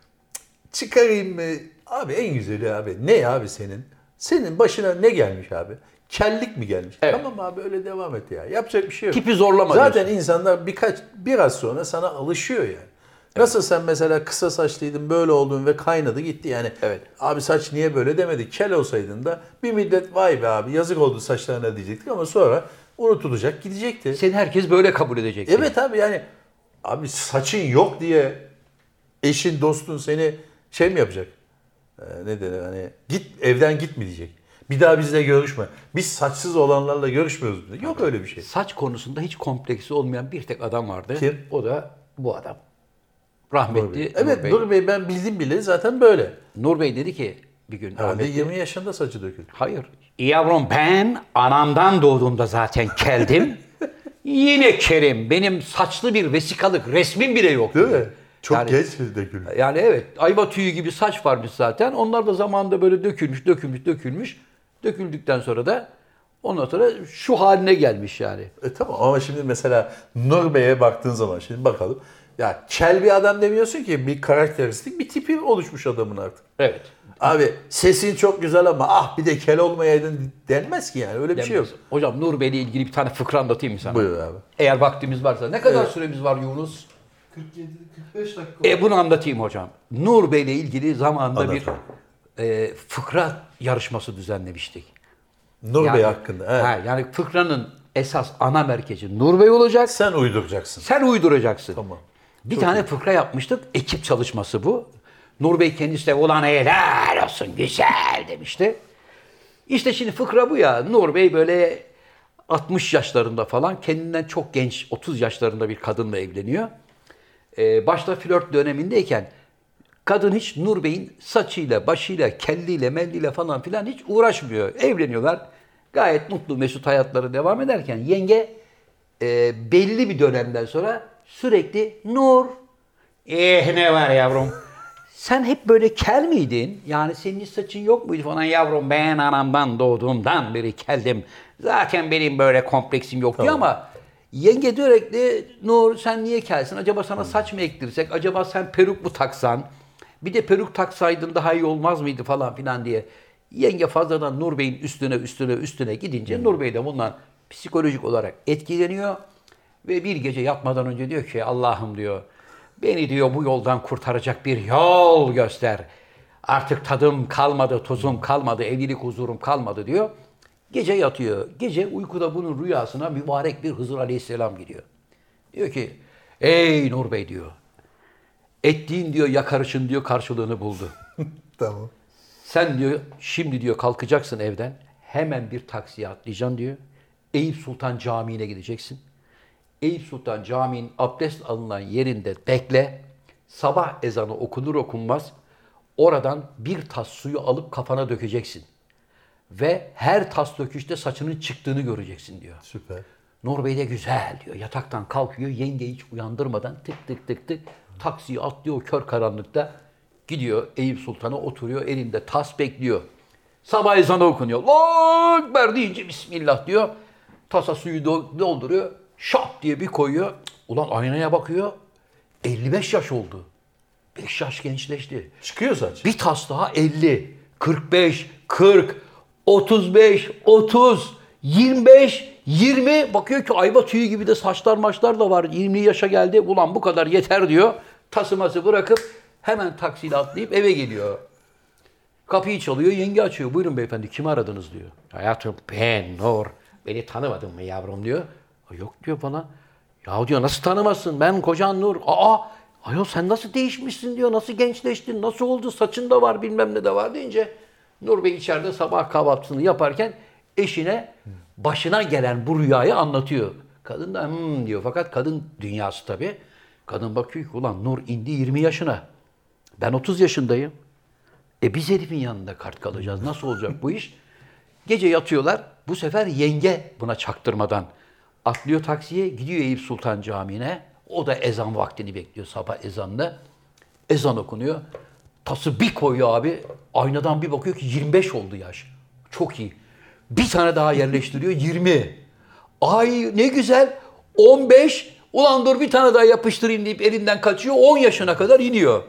çıkarayım mı? Abi en güzeli abi. Ne abi senin? Senin başına ne gelmiş abi? Kellik mi gelmiş? Evet. Tamam abi öyle devam et ya. Yapacak bir şey yok. Tipi zorlama Zaten diyorsun. insanlar biraz sonra sana alışıyor yani. Nasıl sen mesela kısa saçlıydın böyle oldun ve kaynadı gitti yani. Evet. Abi saç niye böyle demedi. Kel olsaydın da bir müddet vay be abi yazık oldu saçlarına diyecektik ama sonra unutulacak gidecekti. Seni herkes böyle kabul edecek. Evet abi yani abi saçın yok diye eşin dostun seni şey mi yapacak? Ne denir hani evden git mi diyecek. Bir daha bizle görüşme. Biz saçsız olanlarla görüşmüyoruz. Yok öyle bir şey. Saç konusunda hiç kompleksi olmayan bir tek adam vardı. Kim? O da bu adam. Rahmetli Evet Nur Bey. Nur Bey ben bildim bile zaten böyle. Nur Bey dedi ki bir gün Herhalde rahmetli. 20 yaşında saçı döküldü. Hayır. Yavrum ben anamdan doğduğumda zaten keldim. Yine kerim. Benim saçlı bir vesikalık resmim bile yok. Değil dedi. mi? Çok Yani- geç döküldü. Yani evet ayva tüyü gibi saç varmış zaten. Onlar da zamanında böyle dökülmüş. Döküldükten sonra da ondan sonra şu haline gelmiş yani. Tamam ama şimdi mesela Nur Bey'e baktığın zaman şimdi bakalım. Ya kel bir adam demiyorsun ki bir karakteristik bir tipi oluşmuş adamın artık. Evet. Abi sesin çok güzel ama ah bir de kel olmayaydın denmez ki yani öyle bir şey yok. Hocam Nur Bey'le ilgili bir tane fıkra anlatayım mı sana? Buyur abi. Eğer vaktimiz varsa. Ne kadar Evet. süremiz var Yunus? 47-45 dakika. Bunu anlatayım hocam. Nur Bey'le ilgili zamanında Anlat bir fıkra yarışması düzenlemiştik. Nur Bey hakkında. Evet. Yani fıkranın esas ana merkezi Nur Bey olacak. Sen uyduracaksın. Sen uyduracaksın. Tamam. Bir Çok tane iyi. fıkra yapmıştık. Ekip çalışması bu. Nur Bey kendisi de ulan helal olsun güzel demişti. İşte şimdi fıkra bu ya. Nur Bey böyle 60 yaşlarında falan kendinden çok genç 30 yaşlarında bir kadınla evleniyor. Başta flört dönemindeyken kadın hiç Nur Bey'in saçıyla, başıyla, kelliyle, melliyle falan filan hiç uğraşmıyor. Evleniyorlar. Gayet mutlu, mesut hayatları devam ederken yenge belli bir dönemden sonra sürekli Nur, ne var yavrum? Sen hep böyle kel miydin? Yani senin hiç saçın yok muydu falan yavrum? Ben anamdan doğduğumdan beri keldim. Zaten benim böyle kompleksim yok diyor ama yenge sürekli Nur sen niye kelsin? Acaba sana saç mı ektirsek? Acaba sen peruk mu taksan? Bir de peruk taksaydın daha iyi olmaz mıydı falan filan diye. Yenge fazladan Nur Bey'in üstüne gidince Nur Bey de bundan psikolojik olarak etkileniyor. Ve bir gece yatmadan önce diyor ki Allah'ım diyor beni diyor bu yoldan kurtaracak bir yol göster. Artık tadım kalmadı, tuzum kalmadı, evlilik huzurum kalmadı diyor. Gece yatıyor. Gece uykuda bunun rüyasına mübarek bir Hızır Aleyhisselam giriyor. Diyor ki ey Nur Bey diyor. Ettiğin diyor yakarışın diyor karşılığını buldu. Tamam. Sen diyor şimdi diyor kalkacaksın evden. Hemen bir taksiye atlayacaksın diyor. Eyüp Sultan Camii'ne gideceksin. Eyüp Sultan Camii'nin abdest alınan yerinde bekle. Sabah ezanı okunur okunmaz oradan bir tas suyu alıp kafana dökeceksin. Ve her tas döküşte saçının çıktığını göreceksin diyor. Süper. Nur Bey de güzel diyor. Yataktan kalkıyor. Yenge hiç uyandırmadan tık taksiyi atlıyor kör karanlıkta. Gidiyor Eyüp Sultan'a oturuyor. Elinde tas bekliyor. Sabah ezanı okunuyor. Allahu Ekber deyince Bismillah diyor. Tasa suyu dolduruyor. Şap diye bir koyuyor. Ulan aynaya bakıyor. 55 yaş oldu. 5 yaş gençleşti. Çıkıyor saç. Bir tas daha 50, 45, 40, 35, 30, 25, 20. Bakıyor ki ayva tüyü gibi de saçlar maçlar da var. 20 yaşa geldi. Ulan bu kadar yeter diyor. Tasıması bırakıp hemen taksiyle atlayıp eve geliyor. Kapıyı çalıyor, yenge açıyor. Buyurun beyefendi, kimi aradınız diyor. Hayatım ben Nur. Beni tanımadın mı yavrum diyor. Yok diyor bana. Ya diyor nasıl tanımazsın? Ben kocan Nur. Ayol sen nasıl değişmişsin diyor. Nasıl gençleştin? Nasıl oldu? Saçın da var bilmem ne de var deyince. Nur Bey içeride sabah kahvaltısını yaparken eşine başına gelen bu rüyayı anlatıyor. Kadın da diyor. Fakat kadın dünyası tabii. Kadın bakıyor ki ulan Nur indi 20 yaşına. Ben 30 yaşındayım. Biz herifin yanında kart kalacağız. Nasıl olacak bu iş? Gece yatıyorlar. Bu sefer yenge buna çaktırmadan atlıyor taksiye. Gidiyor Eyüp Sultan Camii'ne. O da ezan vaktini bekliyor sabah ezanını. Ezan okunuyor. Tası bir koyuyor abi. Aynadan bir bakıyor ki 25 oldu yaş. Çok iyi. Bir tane daha yerleştiriyor 20. Ay ne güzel. 15. Ulan dur bir tane daha yapıştırayım deyip elinden kaçıyor. 10 yaşına kadar iniyor.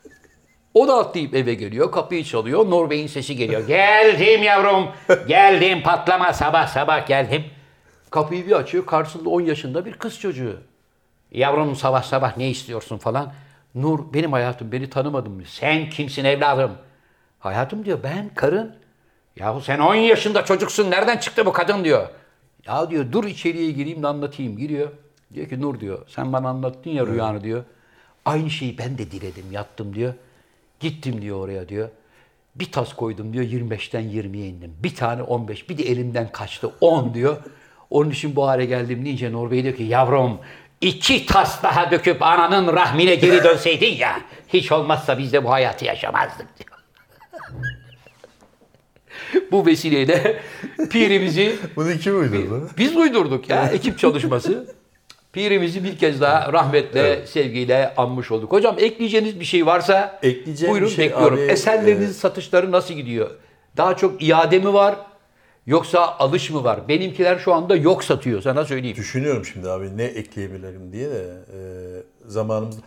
O da atlayıp eve geliyor. Kapıyı çalıyor. Nur Bey'in sesi geliyor. Geldim yavrum. Geldim patlama sabah sabah geldim. Kapıyı bir açıyor. Karşısında 10 yaşında bir kız çocuğu. Yavrum sabah sabah ne istiyorsun falan. Nur benim hayatım beni tanımadın mı? Sen kimsin evladım? Hayatım diyor ben karın. Yahu sen 10 yaşında çocuksun. Nereden çıktı bu kadın diyor. Ya diyor dur içeriye gireyim de anlatayım. Giriyor. Diyor ki Nur diyor sen bana anlattın ya rüyanı diyor. Aynı şeyi ben de diledim yattım diyor. Gittim diyor oraya diyor. Bir tas koydum diyor 25'ten 20'ye indim. Bir tane 15 bir de elimden kaçtı 10 diyor. Onun için bu hale geldim deyince Nur Bey diyor ki yavrum 2 tas daha döküp ananın rahmine geri dönseydin ya hiç olmazsa biz de bu hayatı yaşamazdık diyor. Bu vesileyle pirimizi Bunu kim uydurdu? biz uydurduk ya ekip çalışması. Pirimizi bir kez daha rahmetle, sevgiyle anmış olduk. Hocam ekleyeceğiniz bir şey varsa buyurun bekliyorum. Eserlerinizin satışları nasıl gidiyor? Daha çok iade mi var yoksa alış mı var? Benimkiler şu anda yok satıyor sana söyleyeyim. Düşünüyorum şimdi abi ne ekleyebilirim diye de zamanımız...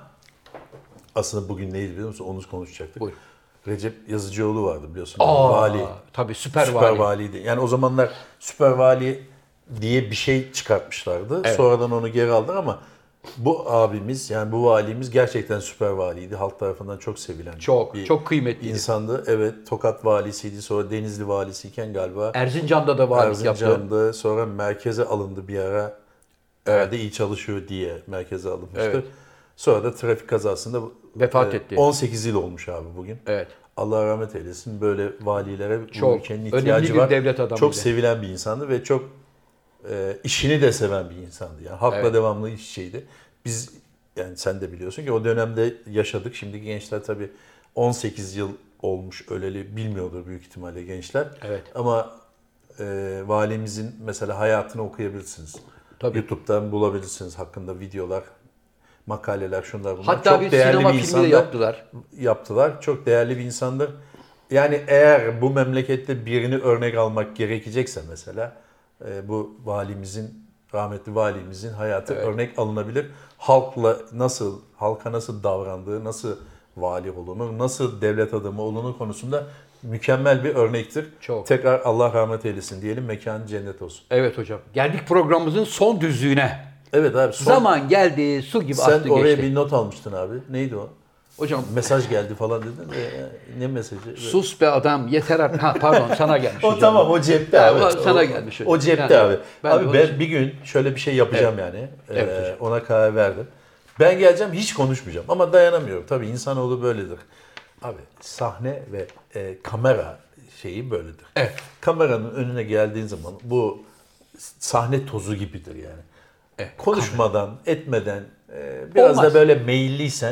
Aslında bugün neydi biliyor musun? Onu konuşacaktık. Buyur. Recep Yazıcıoğlu vardı biliyorsun. Vali. Tabii süper valiydi. Yani o zamanlar süper vali diye bir şey çıkartmışlardı. Evet. Sonradan onu geri aldılar ama bu abimiz yani bu valimiz gerçekten süper valiydi. Halk tarafından çok sevilen çok kıymetli insandı. Evet, Tokat valisiydi. Sonra Denizli valisiyken galiba Erzincan'da da valilik yaptı. Erzincan'da sonra merkeze alındı bir ara. Herhalde iyi çalışıyor diye merkeze alınmıştı. Evet. Sonra da trafik kazasında vefat etti. 18 yıl olmuş abi bugün. Evet. Allah rahmet eylesin. Böyle valilere bu Çok ülkenin önemli ihtiyacı bir var. devlet adamıydı. Çok sevilen bir insandı ve çok işini de seven bir insandı. Yani halkla devamlı iç içeydi. Biz yani sen de biliyorsun ki o dönemde yaşadık. Şimdiki gençler tabii 18 yıl olmuş öleli bilmiyordur büyük ihtimalle gençler. Evet. Ama valimizin mesela hayatını okuyabilirsiniz. Tabii. YouTube'dan bulabilirsiniz hakkında videolar, makaleler, şunlar bunlar. Hatta çok bir değerli sinema bir filmi de insandır. yaptılar. Çok değerli bir insandır. Yani eğer bu memlekette birini örnek almak gerekecekse mesela bu valimizin, rahmetli valimizin hayatı örnek alınabilir. Halka nasıl davrandığı, nasıl vali olunur, nasıl devlet adamı olunur konusunda mükemmel bir örnektir. Çok. Tekrar Allah rahmet eylesin diyelim, mekanı cennet olsun. Evet hocam. Geldik programımızın son düzlüğüne. Evet abi. Zaman geldi, su gibi Sen aktı oraya geçti. bir not almıştın abi. Neydi o? Hocam Mesaj geldi falan dedin de ne mesajı? sus be adam yeter artık. Ha, pardon sana gelmiş. O hocam. tamam o cepte Ha, abi. o sana gelmiş hocam. O cepte Yani, abi. ben Abi de ben onu- bir gün şöyle bir şey yapacağım yani. Evet hocam. Ona karar verdim. Ben geleceğim hiç konuşmayacağım ama dayanamıyorum. Tabii insanoğlu böyledir. Abi sahne ve kamera şeyi böyledir. Evet. Kameranın önüne geldiğin zaman bu sahne tozu gibidir yani. Evet, Konuşmadan, etmeden, biraz Olmaz. da böyle meyilliysen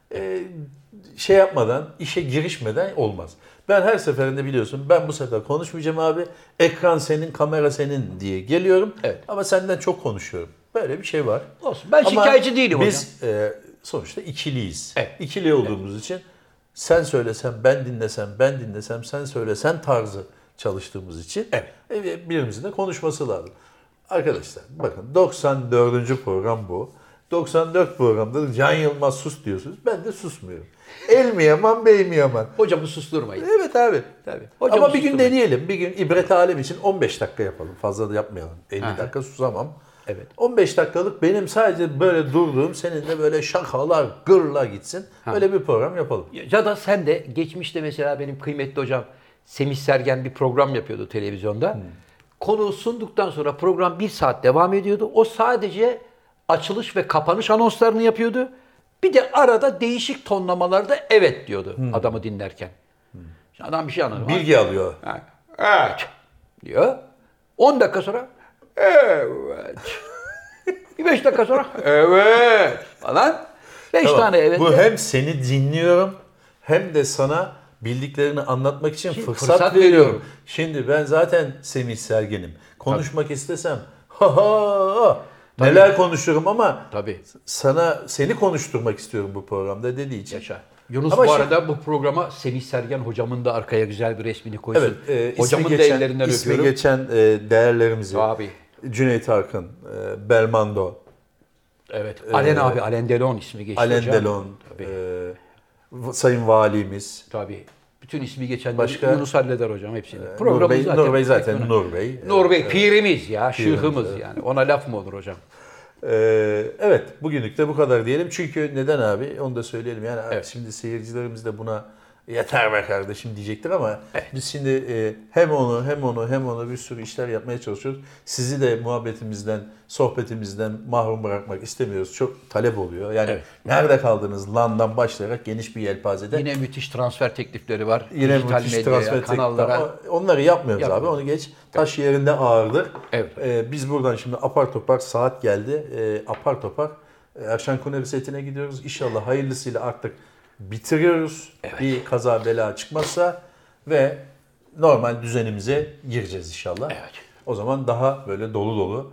şey yapmadan, işe girişmeden olmaz. Ben her seferinde biliyorsun ben bu sefer konuşmayacağım abi. Ekran senin, kamera senin diye geliyorum. Evet. Ama senden çok konuşuyorum. Böyle bir şey var. Olsun. Ben Ama şikayetçi değilim hocam. biz sonuçta ikiliyiz. Evet. İkili olduğumuz için sen söylesen, ben dinlesem, ben dinlesem, sen söylesen tarzı çalıştığımız için birimizin de konuşması lazım. Arkadaşlar bakın 94. program bu. 94 programda da Can Yılmaz sus diyorsunuz. Ben de susmuyorum. El mi yaman, bey mi yaman? Hocamı susturmayın. Evet abi. Tabii. Ama Hocamı bir gün susturmayın. deneyelim. Bir gün ibret alem için 15 dakika yapalım. Fazla da yapmayalım. 50 Aha. dakika susamam. Evet. 15 dakikalık benim sadece böyle durduğum, senin de böyle şakalar, gırla gitsin. Öyle bir program yapalım. Ya da sen de geçmişte mesela benim kıymetli hocam Semih Sergen bir program yapıyordu televizyonda. Konuğu sunduktan sonra program 1 saat devam ediyordu. O sadece açılış ve kapanış anonslarını yapıyordu. Bir de arada değişik tonlamalarda evet diyordu adamı dinlerken. Şimdi adam bir şey anladı. Bilgi alıyor. Ha, evet diyor. 10 dakika sonra evet. 5 dakika sonra evet falan. 5 Tamam. tane evet. Bu hem seni dinliyorum hem de sana bildiklerini anlatmak için fırsat fırsat veriyorum. veriyorum. Şimdi ben zaten Semih Sergen'im. Konuşmak istesem neler konuşurum ama Tabii. seni konuşturmak istiyorum bu programda dediği için. Yaşa. Yunus Ama bu şimdi- arada bu programa Semih Sergen hocamın da arkaya güzel bir resmini koysun. Evet, Hocamın da ellerinden ismi öpüyorum. geçen değerlerimizi, Abi. Cüneyt Arkın, Belmondo, Evet. Alen abi, Alen Delon ismi geçti Alain hocam. Delon, Tabii. Sayın Valimiz, Tabii. Bütün ismi geçen Başka? Yunus halleder hocam hepsini. Nur Bey zaten Nur Bey. Nur Bey pirimiz ya, şıhımız evet. yani. Ona laf mı olur hocam? Evet, bugünlük de bu kadar diyelim. Çünkü neden abi? Onu da söyleyelim. Yani Evet. şimdi seyircilerimiz de buna yeter be kardeşim diyecektir ama biz şimdi hem onu bir sürü işler yapmaya çalışıyoruz. Sizi de muhabbetimizden, sohbetimizden mahrum bırakmak istemiyoruz. Çok talep oluyor. Yani Evet. nerede kaldınız? LAN'dan başlayarak geniş bir yelpazede. Yine müthiş transfer teklifleri var. Yine Dijital müthiş medyaya, transfer kanallara. teklifleri. Onları yapmıyoruz abi. Onu geç. Taş yerinde ağırdır. Evet. Biz buradan şimdi apar topar saat geldi. Apar topar Erşan Kuneri setine gidiyoruz. İnşallah hayırlısıyla artık bitiriyoruz. Bir kaza bela çıkmazsa ve normal düzenimize gireceğiz inşallah. Evet. O zaman daha böyle dolu dolu.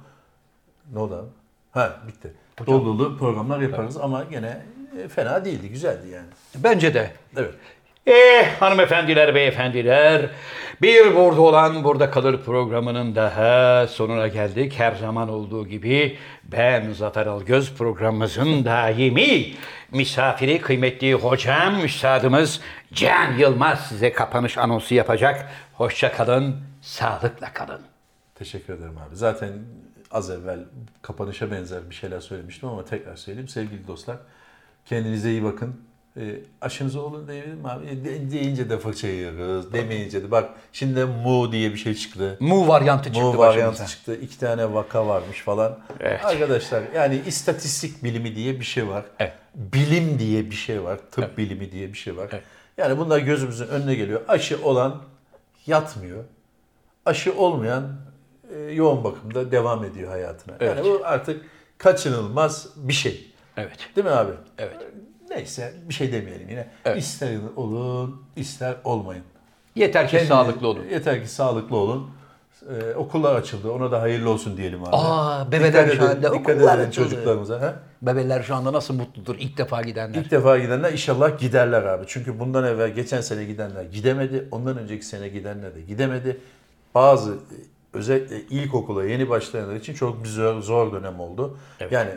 Ne oldu abi? Ha bitti. Dolu dolu programlar yaparız ama gene fena değildi. Güzeldi yani. Bence de. Evet. Hanımefendiler, beyefendiler, bir burada olan burada kalır programının daha sonuna geldik. Her zaman olduğu gibi ben Zafer Algöz programımızın daimi misafiri kıymetli hocam, üstadımız Can Yılmaz size kapanış anonsu yapacak. Hoşça kalın, sağlıkla kalın. Teşekkür ederim abi. Zaten az evvel kapanışa benzer bir şeyler söylemiştim ama tekrar söyleyeyim. Sevgili dostlar, kendinize iyi bakın. Aşınıza olun diyebilirim abi. Deyince de fırça yiyoruz. Demeyince de bak şimdi mu diye bir şey çıktı. Mu varyantı çıktı Mu başımıza. varyantı çıktı. 2 tane vaka varmış falan. Evet. Arkadaşlar yani istatistik bilimi diye bir şey var. Evet. Bilim diye bir şey var. Tıp bilimi diye bir şey var. Evet. Yani bunlar gözümüzün önüne geliyor. Aşı olan yatmıyor. Aşı olmayan yoğun bakımda devam ediyor hayatına. Evet. Yani bu artık kaçınılmaz bir şey. Evet. Değil mi abi? Evet. Neyse bir şey demeyelim yine. Evet. İster olun, ister olmayın. Yeter ki sağlıklı olun. Yeter ki sağlıklı olun. Okullar açıldı. Ona da hayırlı olsun diyelim abi. Bebeler Dikkat şu edin, anda dikkat okullar edin açıldı. çocuklarımıza. He? Bebeler şu anda nasıl mutludur ilk defa gidenler. İlk defa gidenler inşallah giderler abi. Çünkü bundan evvel geçen sene gidenler gidemedi. Ondan önceki sene gidenler de gidemedi. Bazı özellikle ilkokula yeni başlayanlar için çok bir zor dönem oldu. Evet. Yani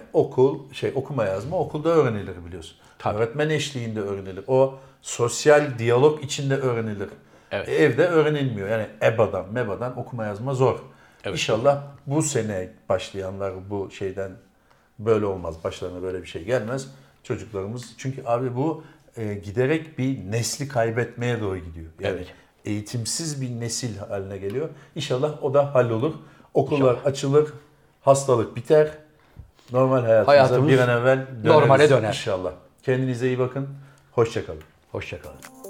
okuma yazma okulda öğrenilir biliyorsun. Tabii. Öğretmen eşliğinde öğrenilir. O sosyal diyalog içinde öğrenilir. Evet. Evde öğrenilmiyor. Yani mebadan okuma yazma zor. Evet. İnşallah bu sene başlayanlar bu şeyden böyle olmaz. Başlarına böyle bir şey gelmez. Çocuklarımız çünkü abi bu giderek bir nesli kaybetmeye doğru gidiyor. Yani Evet. eğitimsiz bir nesil haline geliyor. İnşallah o da hallolur. Okullar açılır. Hastalık biter. Normal hayatımıza Hayatımız bir an evvel döneriz normale döner. inşallah. Kendinize iyi bakın. Hoşça kalın. Hoşça kalın.